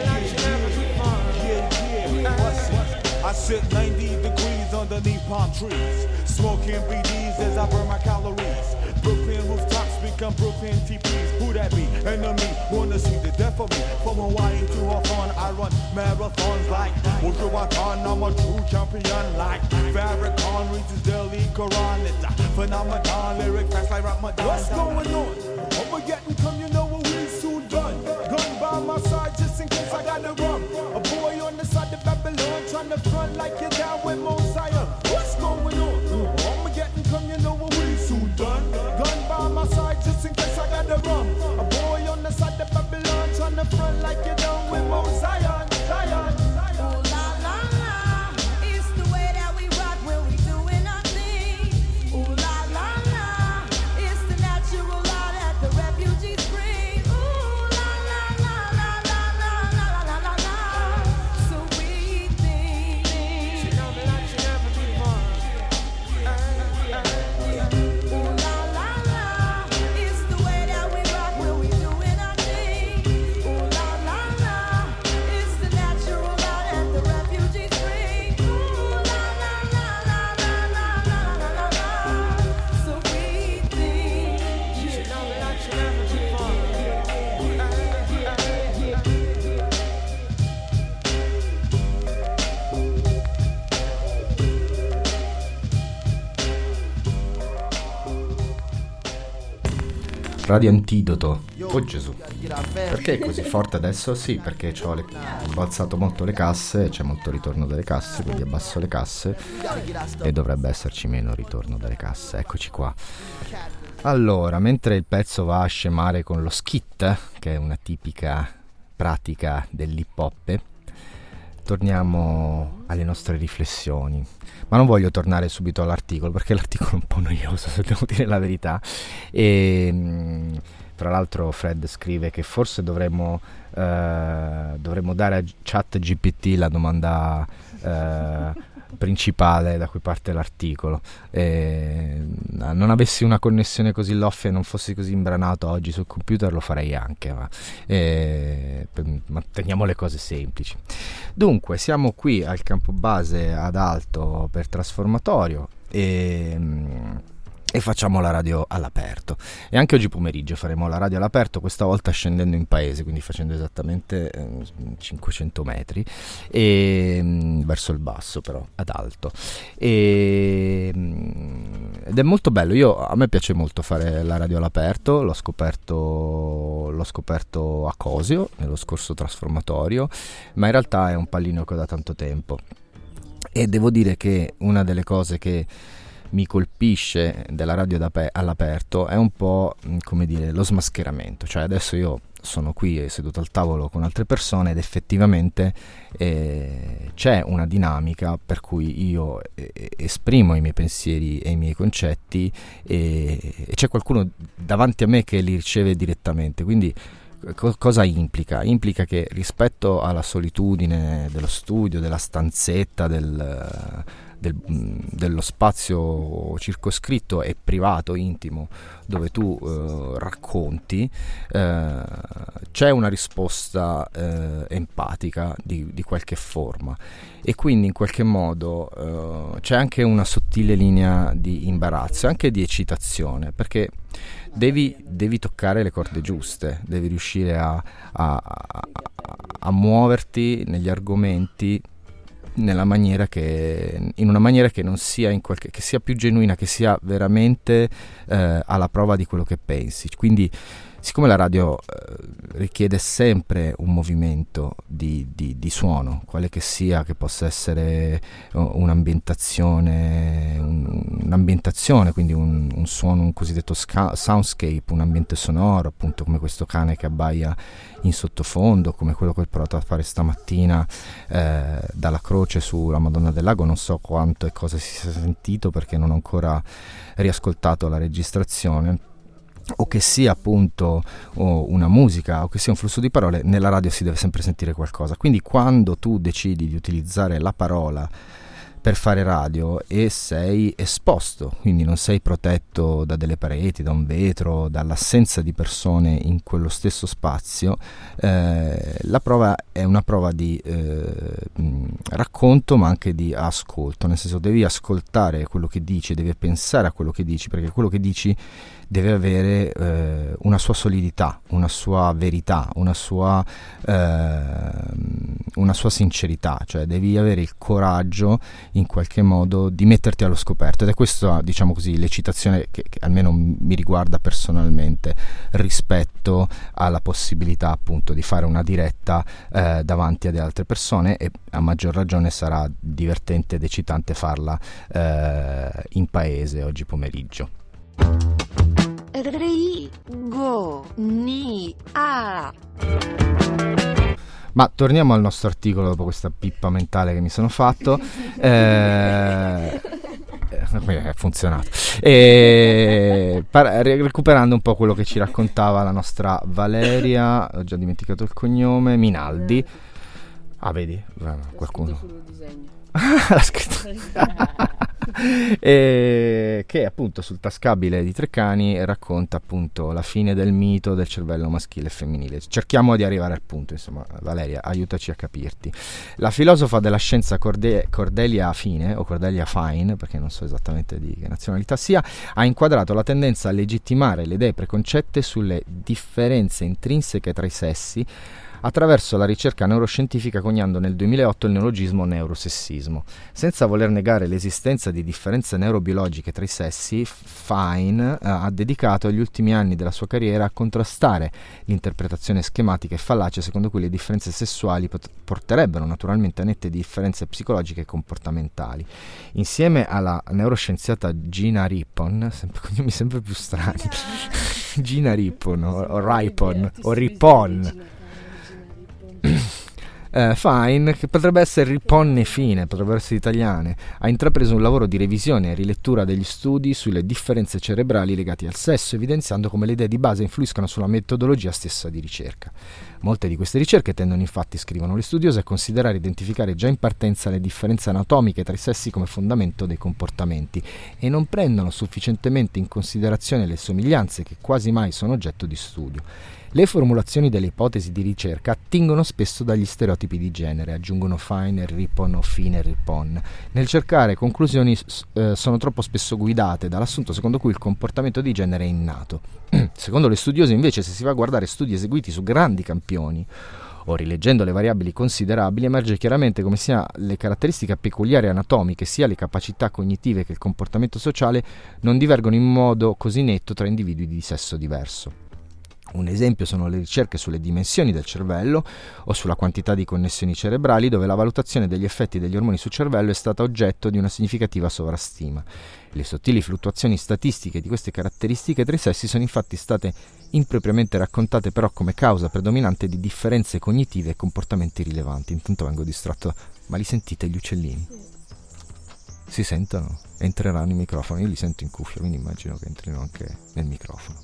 I sit ninety degrees underneath palm trees, smoking B Ds as I burn my calories. Brooklyn rooftops become Brooklyn teepees. Who that be? Enemy, wanna see the death of me. From Hawaii to Hawthorne, I run marathons like Wujuwatan. I'm a true champion like Farrakhan reads Delhi Quran. It's a phenomenon, lyric fast like Ramadan. What's going on? I'ma get and come, you know what we soon done. Gun by my side just in case I got the rum. A boy on the side of Babylon trying to front like you're down with Mosiah. What's going on? I'ma get and come, you know what we soon done. Gun by my side just in case I got the rum. A boy on the side of Babylon trying to front like you're down with Mosiah. Zion. Ooh la la la, it's the way that we rock when we doing our thing. Ooh la la la, it's the natural law Radio Antidoto. Oh Gesù, perché è così forte adesso? Sì, perché c'ho, le, ho alzato molto le casse, c'è molto ritorno delle casse, quindi abbasso le casse e dovrebbe esserci meno ritorno delle casse. Eccoci qua. Allora, mentre il pezzo va a scemare con lo skit, che è una tipica pratica dell'hip hop, torniamo alle nostre riflessioni. Ma non voglio tornare subito all'articolo, perché l'articolo è un po' noioso, se devo dire la verità. E mh, tra l'altro Fred scrive che forse dovremmo, eh, dovremmo dare a ChatGPT la domanda eh, principale da cui parte l'articolo. E, non avessi una connessione così loffia e non fossi così imbranato oggi sul computer, lo farei anche, ma, e, ma teniamo le cose semplici. Dunque, siamo qui al campo base ad Alto per Trasformatorio e, e facciamo la radio all'aperto. E anche oggi pomeriggio faremo la radio all'aperto, questa volta scendendo in paese, quindi facendo esattamente eh, cinquecento metri e, mh, verso il basso, però ad Alto. E, mh, ed è molto bello. Io, a me piace molto fare la radio all'aperto. L'ho scoperto, l'ho scoperto a Cosio nello scorso trasformatorio, ma in realtà è un pallino che ho da tanto tempo. E devo dire che una delle cose che mi colpisce della radio all'aperto è un po', come dire, lo smascheramento. Cioè adesso io sono qui seduto al tavolo con altre persone ed effettivamente eh, c'è una dinamica per cui io eh, esprimo i miei pensieri e i miei concetti e, e c'è qualcuno davanti a me che li riceve direttamente. Quindi co- cosa implica? Implica che rispetto alla solitudine dello studio, della stanzetta, del... Del, dello spazio circoscritto e privato, intimo, dove tu eh, racconti, eh, c'è una risposta eh, empatica di, di qualche forma e quindi in qualche modo eh, c'è anche una sottile linea di imbarazzo, anche di eccitazione, perché devi, devi toccare le corde giuste, devi riuscire a, a, a, a muoverti negli argomenti nella maniera che in una maniera che non sia in qualche, che sia più genuina, che sia veramente eh, alla prova di quello che pensi. Quindi siccome la radio eh, richiede sempre un movimento di, di, di suono, quale che sia, che possa essere uh, un'ambientazione, un, un'ambientazione, quindi un, un suono, un cosiddetto sca- soundscape, un ambiente sonoro, appunto come questo cane che abbaia in sottofondo, come quello che ho provato a fare stamattina eh, dalla croce sulla Madonna del Lago. Non so quanto e cosa si sia sentito perché non ho ancora riascoltato la registrazione, o che sia appunto o una musica o che sia un flusso di parole. Nella radio si deve sempre sentire qualcosa, quindi quando tu decidi di utilizzare la parola per fare radio e sei esposto, quindi non sei protetto da delle pareti, da un vetro, dall'assenza di persone in quello stesso spazio, eh, la prova è una prova di eh, mh, racconto ma anche di ascolto, nel senso devi ascoltare quello che dici, devi pensare a quello che dici, perché quello che dici deve avere eh, una sua solidità, una sua verità, una sua, eh, una sua sincerità, cioè devi avere il coraggio in qualche modo di metterti allo scoperto, ed è questa, diciamo così, l'eccitazione che, che almeno mi riguarda personalmente rispetto alla possibilità appunto di fare una diretta eh, davanti ad altre persone, e a maggior ragione sarà divertente ed eccitante farla eh, in paese oggi pomeriggio. Rigo ni a. Ma torniamo al nostro articolo dopo questa pippa mentale che mi sono fatto. eh, è funzionato. E, par- recuperando un po' quello che ci raccontava la nostra Valeria, ho già dimenticato il cognome, Minaldi. Ah, vedi? Qualcuno l'ha scritto. E che appunto sul tascabile di Treccani racconta appunto la fine del mito del cervello maschile e femminile. Cerchiamo di arrivare al punto, insomma. Valeria, aiutaci a capirti. La filosofa della scienza Corde- Cordelia Fine, o Cordelia Fine, perché non so esattamente di che nazionalità sia, ha inquadrato la tendenza a legittimare le idee preconcette sulle differenze intrinseche tra i sessi attraverso la ricerca neuroscientifica coniando nel duemilaotto il neologismo neurosessismo. Senza voler negare l'esistenza di differenze neurobiologiche tra i sessi, Fine eh, ha dedicato gli ultimi anni della sua carriera a contrastare l'interpretazione schematica e fallace secondo cui le differenze sessuali pot- porterebbero naturalmente a nette differenze psicologiche e comportamentali. Insieme alla neuroscienziata Gina Rippon, sempre, cognomi sempre più strani, Gina Rippon o, o Ripon o Rippon, eh, Fine, che potrebbe essere Riponne fine, potrebbero essere italiane, ha intrapreso un lavoro di revisione e rilettura degli studi sulle differenze cerebrali legate al sesso, evidenziando come le idee di base influiscano sulla metodologia stessa di ricerca. Molte di queste ricerche tendono infatti, scrivono le studiose, a considerare e identificare già in partenza le differenze anatomiche tra i sessi come fondamento dei comportamenti e non prendono sufficientemente in considerazione le somiglianze che quasi mai sono oggetto di studio. Le formulazioni delle ipotesi di ricerca attingono spesso dagli stereotipi di genere, aggiungono Fine, Rippon o Fine e Rippon. Nel cercare conclusioni eh, sono troppo spesso guidate dall'assunto secondo cui il comportamento di genere è innato. Secondo le studiose invece, se si va a guardare studi eseguiti su grandi campioni o rileggendo le variabili considerabili, emerge chiaramente come sia le caratteristiche peculiari anatomiche sia le capacità cognitive che il comportamento sociale non divergono in modo così netto tra individui di sesso diverso. Un esempio sono le ricerche sulle dimensioni del cervello o sulla quantità di connessioni cerebrali, dove la valutazione degli effetti degli ormoni sul cervello è stata oggetto di una significativa sovrastima. Le sottili fluttuazioni statistiche di queste caratteristiche tra i sessi sono infatti state impropriamente raccontate però come causa predominante di differenze cognitive e comportamenti rilevanti. Intanto vengo distratto, ma li sentite gli uccellini? Si sentono? Entreranno in microfono, io li sento in cuffia, quindi immagino che entrino anche nel microfono.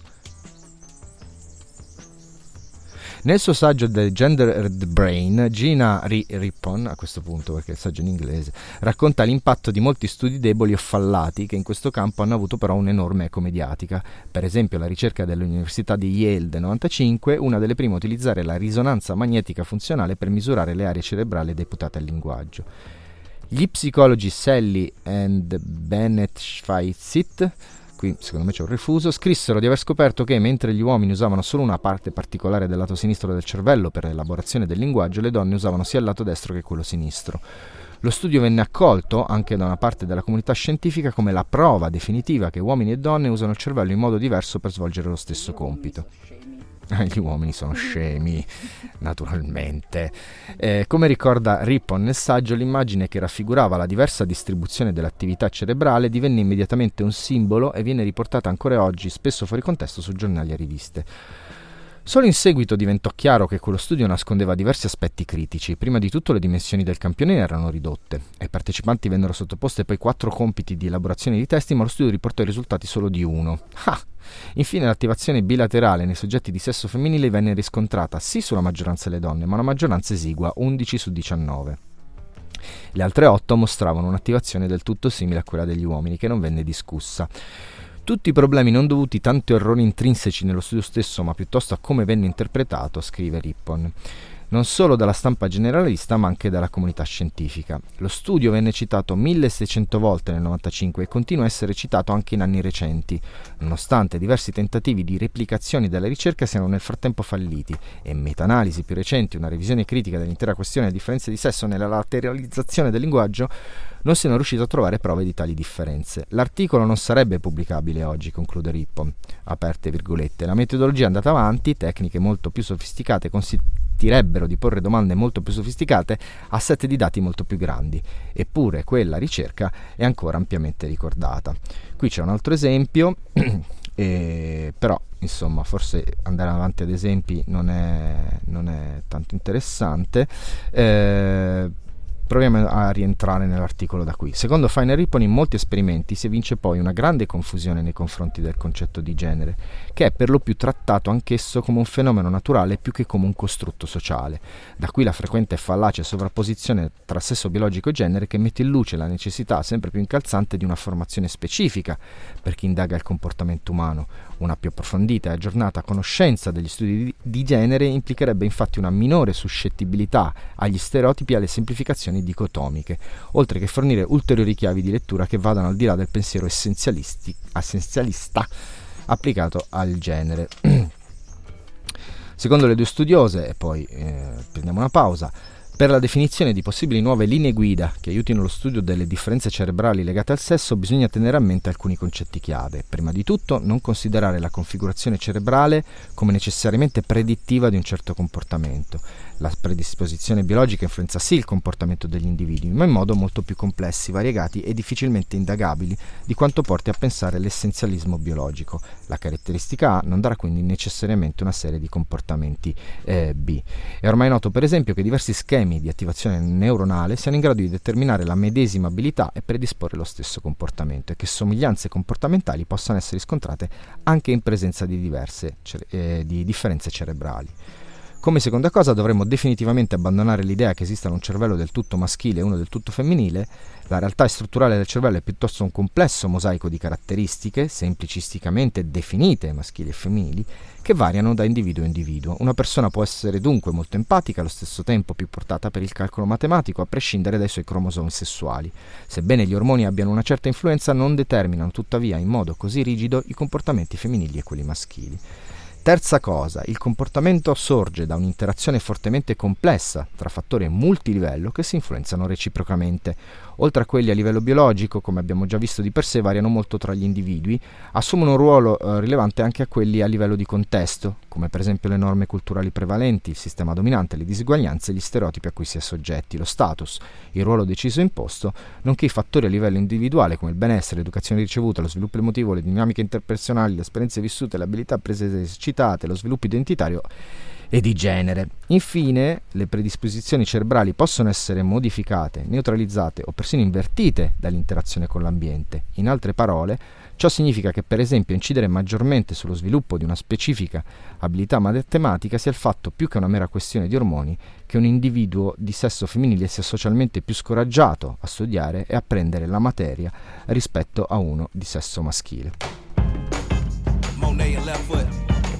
Nel suo saggio The Gendered Brain, Gina Rippon, a questo punto perché il saggio è in inglese, racconta l'impatto di molti studi deboli o fallati che in questo campo hanno avuto però un'enorme eco mediatica. Per esempio la ricerca dell'Università di Yale del novantacinque, una delle prime a utilizzare la risonanza magnetica funzionale per misurare le aree cerebrali deputate al linguaggio. Gli psicologi Sally and Bennett Schweitzer, qui secondo me c'è un refuso, scrissero di aver scoperto che mentre gli uomini usavano solo una parte particolare del lato sinistro del cervello per l'elaborazione del linguaggio, le donne usavano sia il lato destro che quello sinistro. Lo studio venne accolto anche da una parte della comunità scientifica come la prova definitiva che uomini e donne usano il cervello in modo diverso per svolgere lo stesso compito. Gli uomini sono scemi, naturalmente. Eh, come ricorda Rippon nel saggio, l'immagine che raffigurava la diversa distribuzione dell'attività cerebrale divenne immediatamente un simbolo e viene riportata ancora oggi, spesso fuori contesto, su giornali e riviste. Solo in seguito diventò chiaro che quello studio nascondeva diversi aspetti critici. Prima di tutto le dimensioni del campione erano ridotte. Ai partecipanti vennero sottoposte poi quattro compiti di elaborazione di testi, ma lo studio riportò i risultati solo di uno. Ah! Infine l'attivazione bilaterale nei soggetti di sesso femminile venne riscontrata sì sulla maggioranza delle donne, ma una maggioranza esigua, undici su diciannove. Le altre otto mostravano un'attivazione del tutto simile a quella degli uomini, che non venne discussa. Tutti i problemi non dovuti tanto a errori intrinseci nello studio stesso, ma piuttosto a come venne interpretato, scrive Rippon, non solo dalla stampa generalista ma anche dalla comunità scientifica. Lo studio venne citato milleseicento volte nel novantacinque e continua a essere citato anche in anni recenti, nonostante diversi tentativi di replicazioni della ricerca siano nel frattempo falliti e meta-analisi più recenti, una revisione critica dell'intera questione a differenze di sesso nella lateralizzazione del linguaggio, non siano riusciti a trovare prove di tali differenze. L'articolo non sarebbe pubblicabile oggi, conclude Rippon, aperte virgolette. La metodologia è andata avanti, tecniche molto più sofisticate consentirebbero di porre domande molto più sofisticate a set di dati molto più grandi, eppure quella ricerca è ancora ampiamente ricordata. Qui c'è un altro esempio, eh, però insomma forse andare avanti ad esempi non è, non è tanto interessante. Eh, Proviamo a rientrare nell'articolo da qui. Secondo Fine e Rippon, in molti esperimenti si evince poi una grande confusione nei confronti del concetto di genere, che è per lo più trattato anch'esso come un fenomeno naturale più che come un costrutto sociale. Da qui la frequente e fallace sovrapposizione tra sesso biologico e genere, che mette in luce la necessità sempre più incalzante di una formazione specifica per chi indaga il comportamento umano. Una più approfondita e aggiornata conoscenza degli studi di, di genere implicherebbe infatti una minore suscettibilità agli stereotipi e alle semplificazioni dicotomiche, oltre che fornire ulteriori chiavi di lettura che vadano al di là del pensiero essenzialista applicato al genere. Secondo le due studiose, e poi eh, prendiamo una pausa, per la definizione di possibili nuove linee guida che aiutino lo studio delle differenze cerebrali legate al sesso bisogna tenere a mente alcuni concetti chiave. Prima di tutto, non considerare la configurazione cerebrale come necessariamente predittiva di un certo comportamento. La predisposizione biologica influenza sì il comportamento degli individui, ma in modo molto più complessi, variegati e difficilmente indagabili di quanto porti a pensare l'essenzialismo biologico. La caratteristica A non darà quindi necessariamente una serie di comportamenti eh, B. È ormai noto per esempio che diversi schemi di attivazione neuronale siano in grado di determinare la medesima abilità e predisporre lo stesso comportamento, e che somiglianze comportamentali possano essere riscontrate anche in presenza di diverse eh, di differenze cerebrali. Come seconda cosa, dovremmo definitivamente abbandonare l'idea che esistano un cervello del tutto maschile e uno del tutto femminile. La realtà strutturale del cervello è piuttosto un complesso mosaico di caratteristiche, semplicisticamente definite maschili e femminili, che variano da individuo a individuo. Una persona può essere dunque molto empatica, allo stesso tempo più portata per il calcolo matematico, a prescindere dai suoi cromosomi sessuali. Sebbene gli ormoni abbiano una certa influenza, non determinano tuttavia in modo così rigido i comportamenti femminili e quelli maschili. Terza cosa, il comportamento sorge da un'interazione fortemente complessa tra fattori multilivello che si influenzano reciprocamente. Oltre a quelli a livello biologico, come abbiamo già visto di per sé, variano molto tra gli individui, assumono un ruolo eh, rilevante anche a quelli a livello di contesto, come per esempio le norme culturali prevalenti, il sistema dominante, le disuguaglianze e gli stereotipi a cui si è soggetti, lo status, il ruolo deciso e imposto, nonché i fattori a livello individuale come il benessere, l'educazione ricevuta, lo sviluppo emotivo, le dinamiche interpersonali, le esperienze vissute, le abilità prese ed esercitate, lo sviluppo identitario e di genere. Infine, le predisposizioni cerebrali possono essere modificate, neutralizzate o persino invertite dall'interazione con l'ambiente. In altre parole, ciò significa che per esempio incidere maggiormente sullo sviluppo di una specifica abilità matematica sia il fatto, più che una mera questione di ormoni, che un individuo di sesso femminile sia socialmente più scoraggiato a studiare e apprendere la materia rispetto a uno di sesso maschile. Monet and left foot.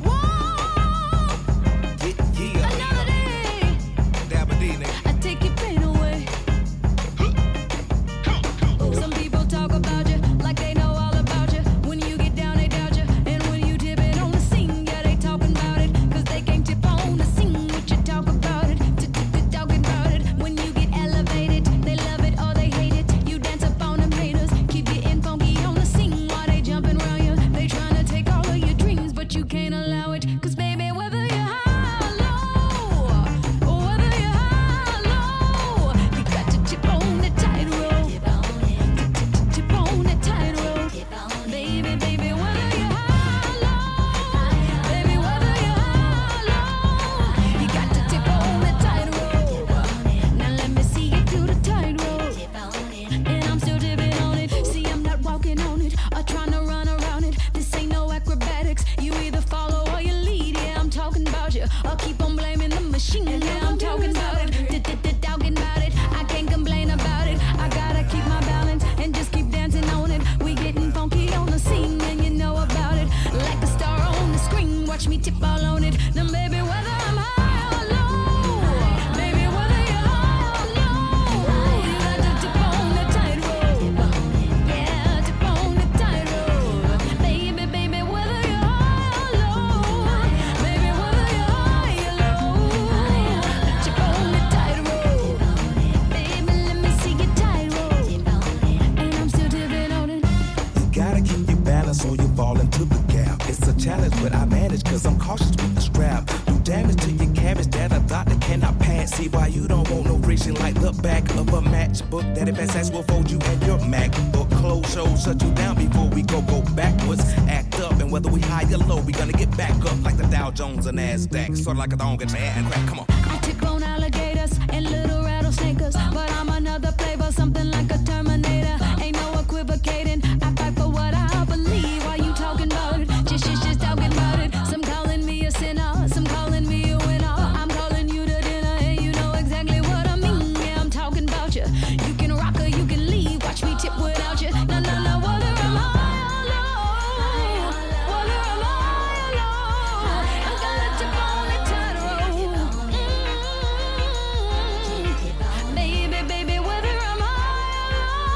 Sort of like a dog and man crack. Come on. I tick bone alligators and little rattlesnakers, but I'm another flavor, something like a Terminator. Ain't no equivocating. I fight for what I believe. Why you talking about it? Just, just, just talking about it. Some calling me a sinner, some calling me a winner. I'm calling you to dinner, and you know exactly what I mean. Yeah, I'm talking about you. You can rock or you can leave. Watch me tip without you. No, no, no. Whether am I alone? Whether am I alone? I'm gonna tip on it tight rope. Mm-hmm. Baby, baby, whether am I alone?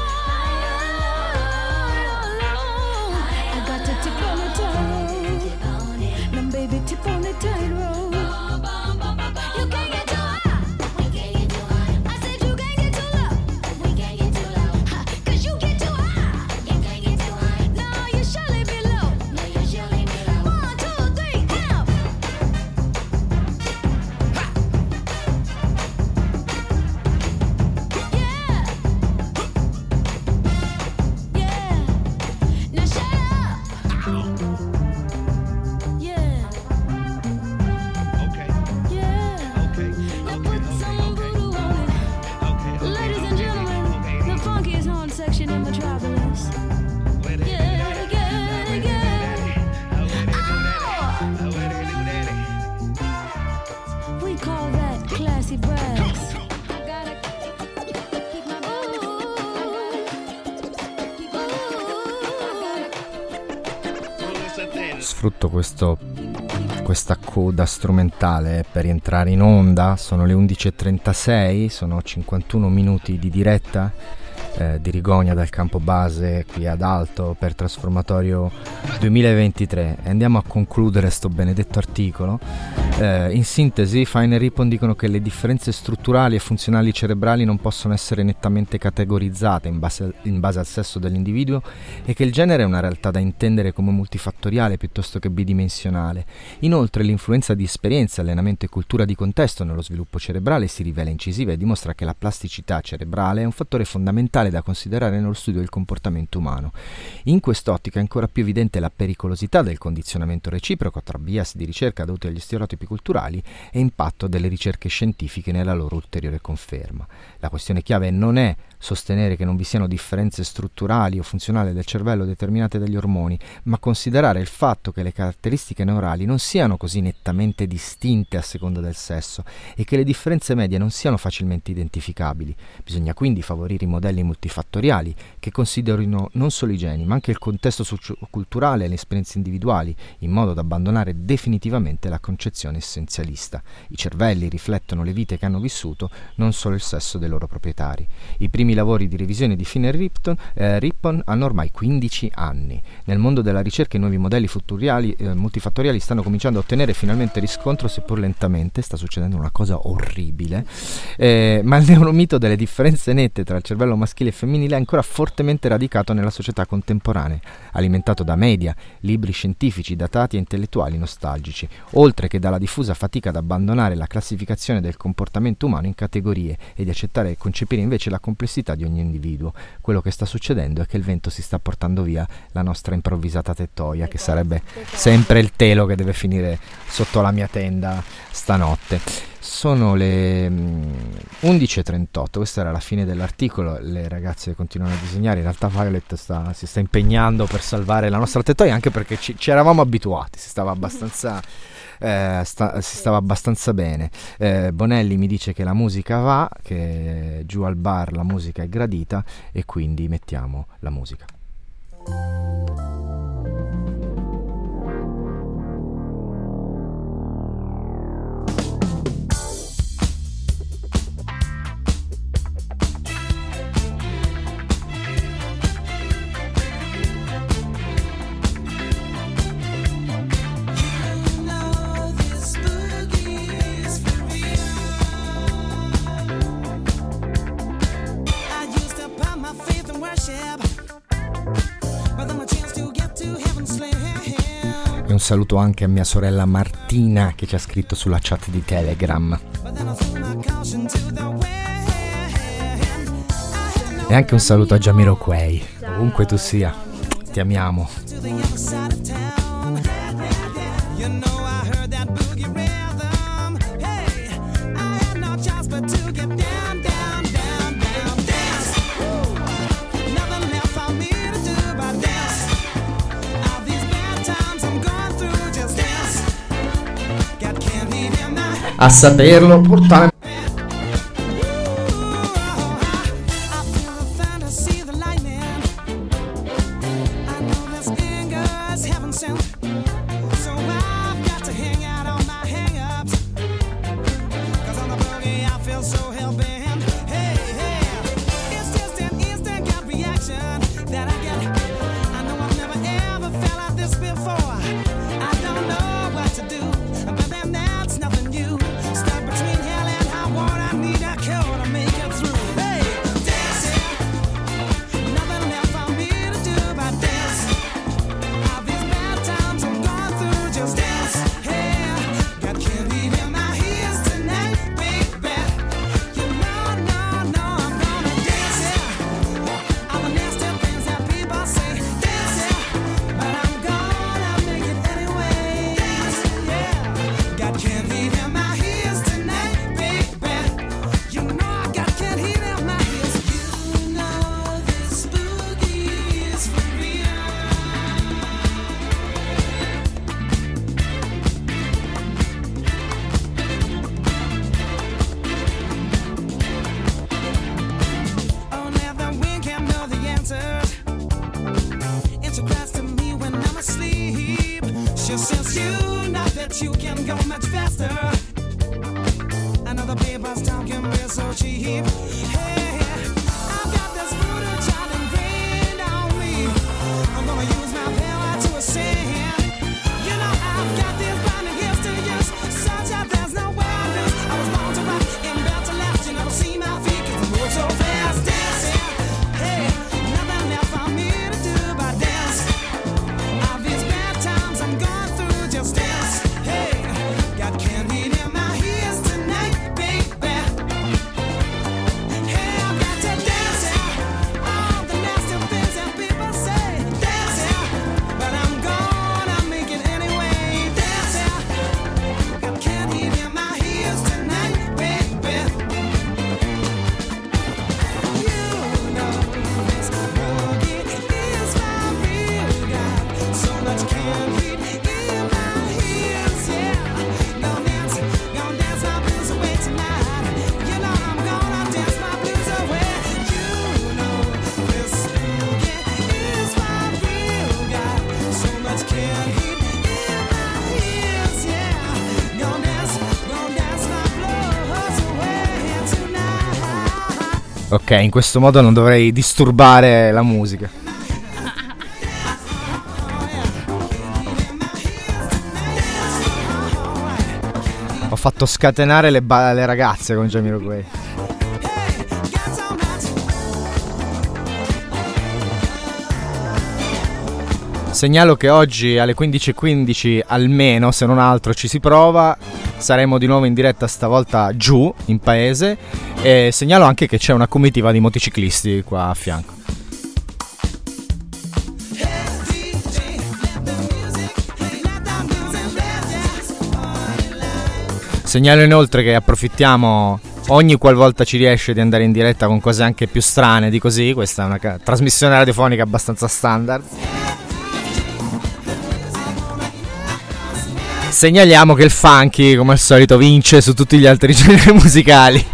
sfrutto questo, questa coda strumentale per rientrare in onda. Sono le undici e trentasei, sono cinquantuno minuti di diretta eh, di Rigonia dal campo base qui ad Alto per Trasformatorio duemilaventitré, e andiamo a concludere sto benedetto articolo. Eh, in sintesi, Fine e Rippon dicono che le differenze strutturali e funzionali cerebrali non possono essere nettamente categorizzate in base, in base al sesso dell'individuo, e che il genere è una realtà da intendere come multifattoriale piuttosto che bidimensionale. Inoltre, l'influenza di esperienze, allenamento e cultura di contesto nello sviluppo cerebrale si rivela incisiva e dimostra che la plasticità cerebrale è un fattore fondamentale da considerare nello studio del comportamento umano. In quest'ottica è ancora più evidente la pericolosità del condizionamento reciproco tra bias di ricerca dovuti agli stereotipi culturali e impatto delle ricerche scientifiche nella loro ulteriore conferma. La questione chiave non è sostenere che non vi siano differenze strutturali o funzionali del cervello determinate dagli ormoni, ma considerare il fatto che le caratteristiche neurali non siano così nettamente distinte a seconda del sesso e che le differenze medie non siano facilmente identificabili. Bisogna quindi favorire i modelli multifattoriali che considerino non solo i geni, ma anche il contesto socioculturale e le esperienze individuali, in modo da abbandonare definitivamente la concezione essenzialista. I cervelli riflettono le vite che hanno vissuto, non solo il sesso dei loro proprietari. I primi lavori di revisione di Fine e Rippon, eh, Rippon hanno ormai quindici anni. Nel mondo della ricerca i nuovi modelli futuriali, eh, multifattoriali stanno cominciando a ottenere finalmente riscontro, seppur lentamente. Sta succedendo una cosa orribile, eh, ma il neuromito delle differenze nette tra il cervello maschile e femminile è ancora fortemente radicato nella società contemporanea, alimentato da media, libri scientifici datati e intellettuali nostalgici, oltre che dalla diffusa fatica ad abbandonare la classificazione del comportamento umano in categorie e di accettare e concepire invece la complessità di ogni individuo. Quello che sta succedendo è che il vento si sta portando via la nostra improvvisata tettoia, che sarebbe sempre il telo che deve finire sotto la mia tenda stanotte. Sono le undici e trentotto, questa era la fine dell'articolo. Le ragazze continuano a disegnare, in realtà Violet sta, si sta impegnando per salvare la nostra tettoia, anche perché ci, ci eravamo abituati, si stava abbastanza eh, sta, si stava abbastanza bene. eh, Bonelli mi dice che la musica va, che giù al bar la musica è gradita, e quindi mettiamo la musica. E un saluto anche a mia sorella Martina, che ci ha scritto sulla chat di Telegram. E anche un saluto a Jamiroquai, ovunque tu sia, ti amiamo. A saperlo, portare. Stuck between hell and 'cause you know that you can go much faster. Another paper's talking real so cheap. Hey, I've got this voodoo child ingrained on me. I'm gonna use my power to ascend. You know I've got these blinding gifts to use, such that there's no way I lose. I was born to rock and built to last. You never see my feet 'cause I move so fast. Dancing, hey, nothing left for me to do but dance. All these bad times I'm going through, just dance. Hey, got candy in my ears tonight, baby. Hey, I've got to dance, yeah. All the nasty things that people say, dance, yeah. But I'm gonna make it anyway, dance, yeah. Got candy in my ears tonight, baby. You know this boogie is my real God. So much candy in my ears, yeah. Gonna dance, gonna dance my blues away tonight. You know I'm gonna dance my blues away. You know this boogie is my real God. So much candy in my ears, yeah. Gonna dance, gonna dance my blues away tonight. Ok, in questo modo non dovrei disturbare la musica. Ho fatto scatenare le, ba- le ragazze con Jamiroquai. Segnalo che oggi alle quindici e quindici almeno, se non altro, ci si prova. Saremo di nuovo in diretta, stavolta giù in paese. E segnalo anche che c'è una comitiva di motociclisti qua a fianco. Segnalo inoltre che approfittiamo ogni qualvolta ci riesce di andare in diretta con cose anche più strane di così. Questa è una ca- trasmissione radiofonica abbastanza standard. Segnaliamo che il funky, come al solito, vince su tutti gli altri generi musicali.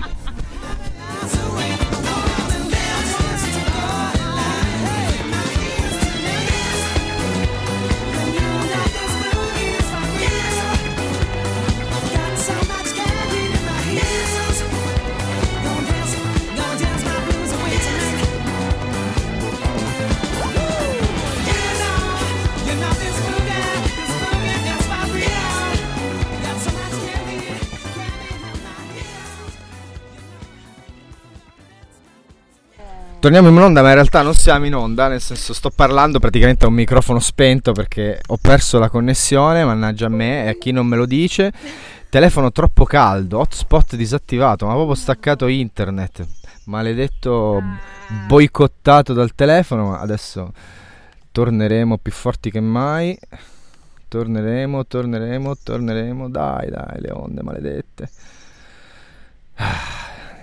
Torniamo in onda, ma in realtà non siamo in onda, nel senso sto parlando praticamente a un microfono spento perché ho perso la connessione, mannaggia a me e a chi non me lo dice. Telefono troppo caldo, hotspot disattivato, ma proprio staccato internet, maledetto boicottato dal telefono. Adesso torneremo più forti che mai, torneremo, torneremo, torneremo, dai dai le onde maledette. Ah.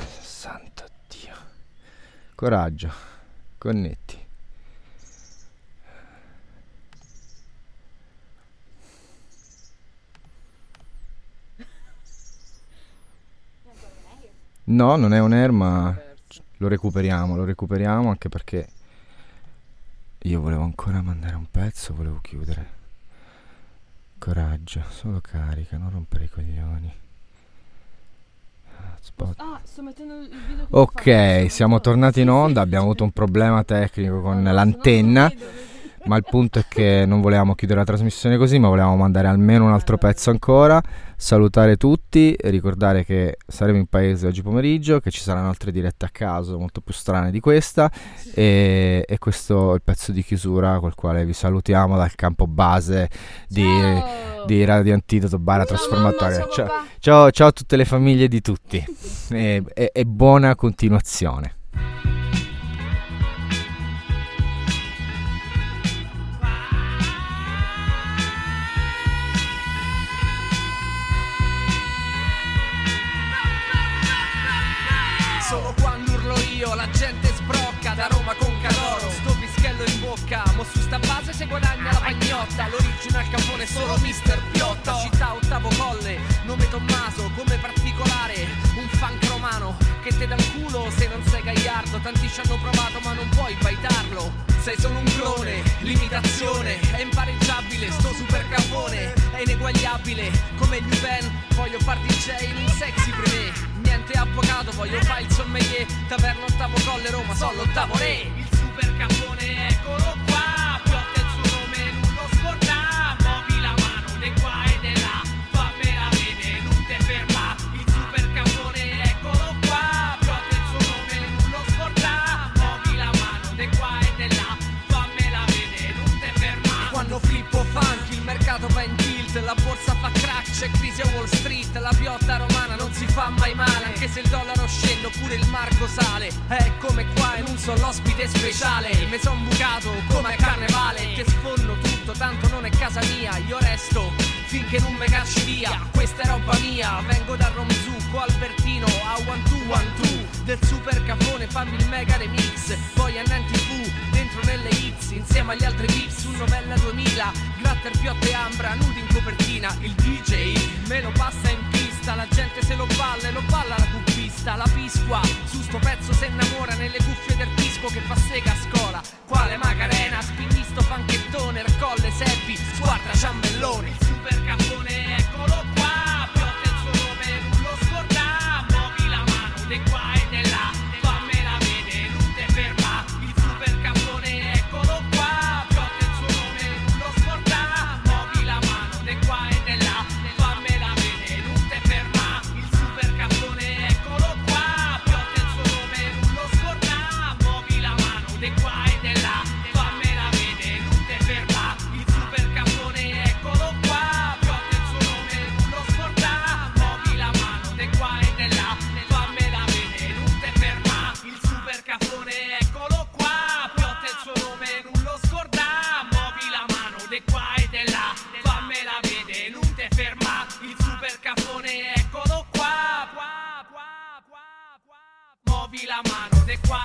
Coraggio, connetti. No, non è un air, ma lo recuperiamo, lo recuperiamo anche perché io volevo ancora mandare un pezzo, volevo chiudere. Coraggio, solo carica, non rompere i coglioni. Spot. Ah, sto mettendo il video. Ok, siamo tornati in onda, abbiamo avuto un problema tecnico con l'antenna, ma il punto è che non volevamo chiudere la trasmissione così, ma volevamo mandare almeno un altro pezzo ancora, salutare tutti e ricordare che saremo in paese oggi pomeriggio, che ci saranno altre dirette a caso molto più strane di questa e, e questo è il pezzo di chiusura col quale vi salutiamo dal campo base di, di Radio Antidoto Bara Trasformatoria. Ciao, ciao, ciao a tutte le famiglie di tutti e, e, e buona continuazione. Solo quando urlo io la gente sbrocca, da Roma con Cadoro, sto pischello in bocca, mo su sta base se guadagna la pagnotta, l'original capone solo mister Piotta, città ottavo colle, nome Tommaso, come particolare, un funk romano, che te dà il culo se non sei gagliardo, tanti ci hanno provato ma non puoi baitarlo. sei solo un clone, l'imitazione è impareggiabile, sto super capone è ineguagliabile come il New Ben. Voglio far D J in un sexy pre niente avvocato, voglio fare il sommelier, taverna ottavo colle Roma, sono l'ottavo re. Il super capone eccolo qua, piotta il suo nome, non lo scorda, muovi la mano di qua e di là, fammela vedere, non te ferma. Il super capone eccolo qua, piotta il suo nome, non lo scorda, muovi la mano di qua e di là, fammela vedere, non te ferma. Quando flippo funk il mercato va in tilt, la borsa fa crack, c'è crisi a Wall Street, la piotta romana non si fa mai male, anche se il dollaro scende oppure il marco sale. È come qua e non sono l'ospite speciale, mi son bucato come a carnevale, che sfondo tutto, tanto non è casa mia, io resto finché non me cacci via, questa è roba mia, vengo da Romzucco, Albertino, a One Two One Two, del super capone, fammi il mega remix, poi a N T V, dentro nelle hits, insieme agli altri vips, su Novella duemila, Gratter, Piotte, Ambra, nudi in copertina, il D J me lo passa in pista, la gente se lo balla e lo balla la cubista, la pisqua, su sto pezzo se innamora, nelle cuffie del pisco che fa sega a scuola, quale Macarena, spingi sto panchettone, raccolle Seppi, guarda ciambellone, super capone eccolo qua, piotta il suo nome, non lo scorda, muovi la mano di qua e di là, fammela vedere, non te ferma, il super capone eccolo qua, piotta il suo nome, non lo scorda, muovi la mano di qua e di là, fammela vedere, non te ferma, il super capone eccolo qua, piotta il suo nome, non lo scorda, muovi la mano di qua e di là, fammela vedere, non te ferma, il super capone eccolo qua, piotta il suo nome, non lo scorda, muovi la mano di qua e di là, fammela vedere, non te ferma, il super capone eccolo qua, piotta il suo nome, non lo scorda, muovi la mano di qua e di là, fammela vedere, non te ferma, il super capone eccolo qua, muovi la mano di qua.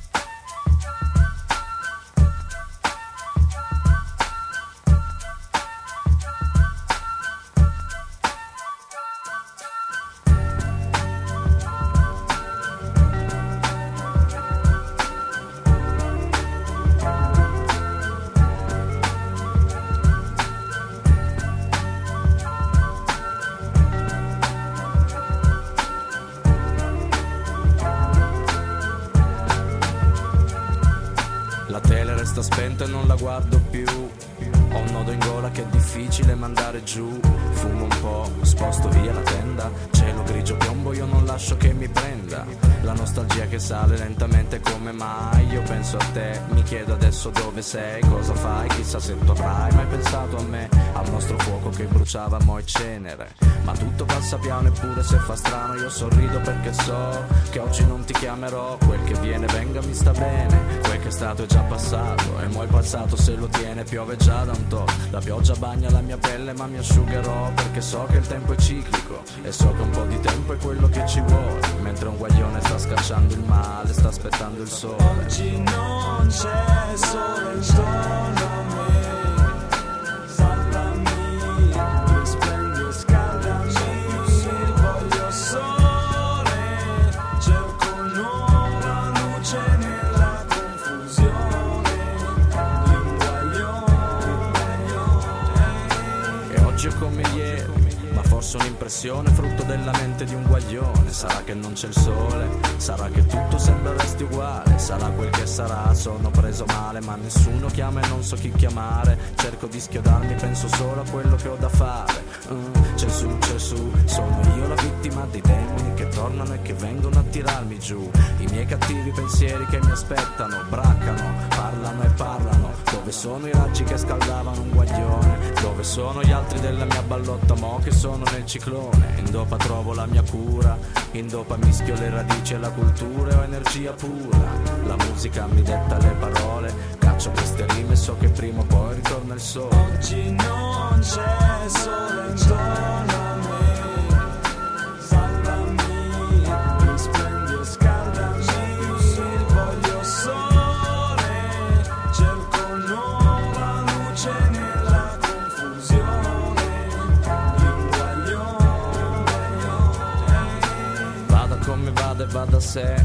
La tele resta spenta e non la guardo più. Ho un nodo in gola che è difficile mandare giù. Fumo un po', sposto via la tenda. Cielo grigio piombo, io non lascio che mi prenda. La nostalgia che sale lentamente come mai. Io penso a te, mi chiedo adesso dove sei. Cosa fai, chissà se tornerai. Mai pensato a me, al nostro fuoco che bruciava mo' e cenere. Ma tutto passa piano eppure se fa strano io sorrido perché so che oggi non ti chiamerò. Quel che viene venga mi sta bene. Quel che è stato è già passato e mo' il passato se lo tiene. Piove già da un to', la pioggia bagna la mia pelle ma mi asciugherò. Perché so che il tempo è ciclico e so che un po' di tempo è quello che ci vuole. Mentre un guaglione sta scacciando il male, sta aspettando il sole. Oggi non c'è sole intorno a me. Salvami, risplendi e scaldami. Voglio sole, cerco nuova luce nella confusione di un guaglione. E oggi è come ieri, ma forse un'impressione frutto della mente di un guaglione. Sarà che non c'è il sole, sarà che tutto sembra resti uguale. Sarà quel che sarà, sono preso male ma nessuno chiama e non so chi chiamare. Cerco di schiodarmi, penso solo a quello che ho da fare. mm, C'è su, c'è su, sono io la vittima dei demoni che tornano e che vengono a tirarmi giù. I miei cattivi pensieri che mi aspettano, braccano, parlano e parlano. Dove sono i raggi che scaldavano un guaglione? Dove sono gli altri della mia ballotta mo' che sono nel ciclone? In dopa trovo la mia cura, in dopa mischio le radici e la cultura e ho energia pura. La musica mi detta le parole, caccio queste rime e so che prima o poi ritorna il sole. Oggi non c'è sole intorno a me. Salvami, risplendi e scaldami. Voglio sole, cerco nuova luce nella confusione di un guaglione. Vada come vada e va da sé, con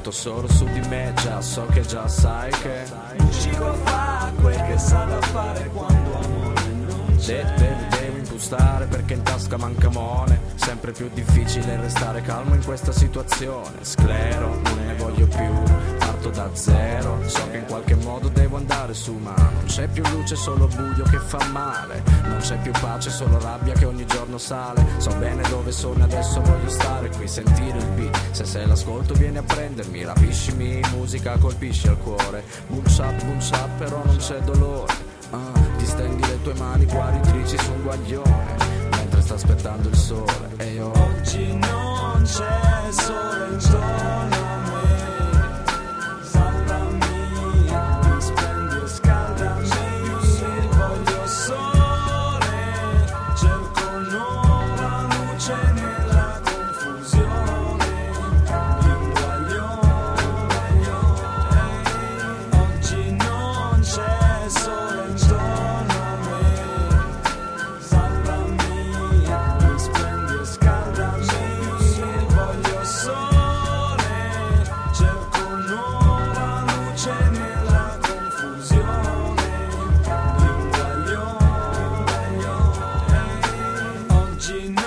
Punto solo su di me, già so che già sai che il ciclo fa quel che sa da fare quando amore non c'è. Devi, devi impostare perché in tasca manca mone. Sempre più difficile restare calmo in questa situazione. Sclero, non ne voglio più, parto da zero. So che in qualche modo devo andare su, ma non c'è più luce, solo buio che fa male. Non c'è più pace, solo rabbia che ogni giorno sale. So bene dove sono e adesso voglio stare qui, sentire il beat. Se sei l'ascolto vieni a prendermi, rapiscimi, musica colpisci al cuore. Boom shap, boom shap, però non c'è dolore. Ah, ti stendi le tue mani guaritrici su un guaglione mentre sta aspettando il sole. E io oggi non c'è sole intorno a me. Salvami, mi spendi e scaldami. Voglio sole, cerco nuova luce nella confusione. In guaglione, oggi non c'è sole intorno a me. Salvami, mi spendi e scaldami. Voglio sole, cerco nuova luce nella confusione. In guaglione, oggi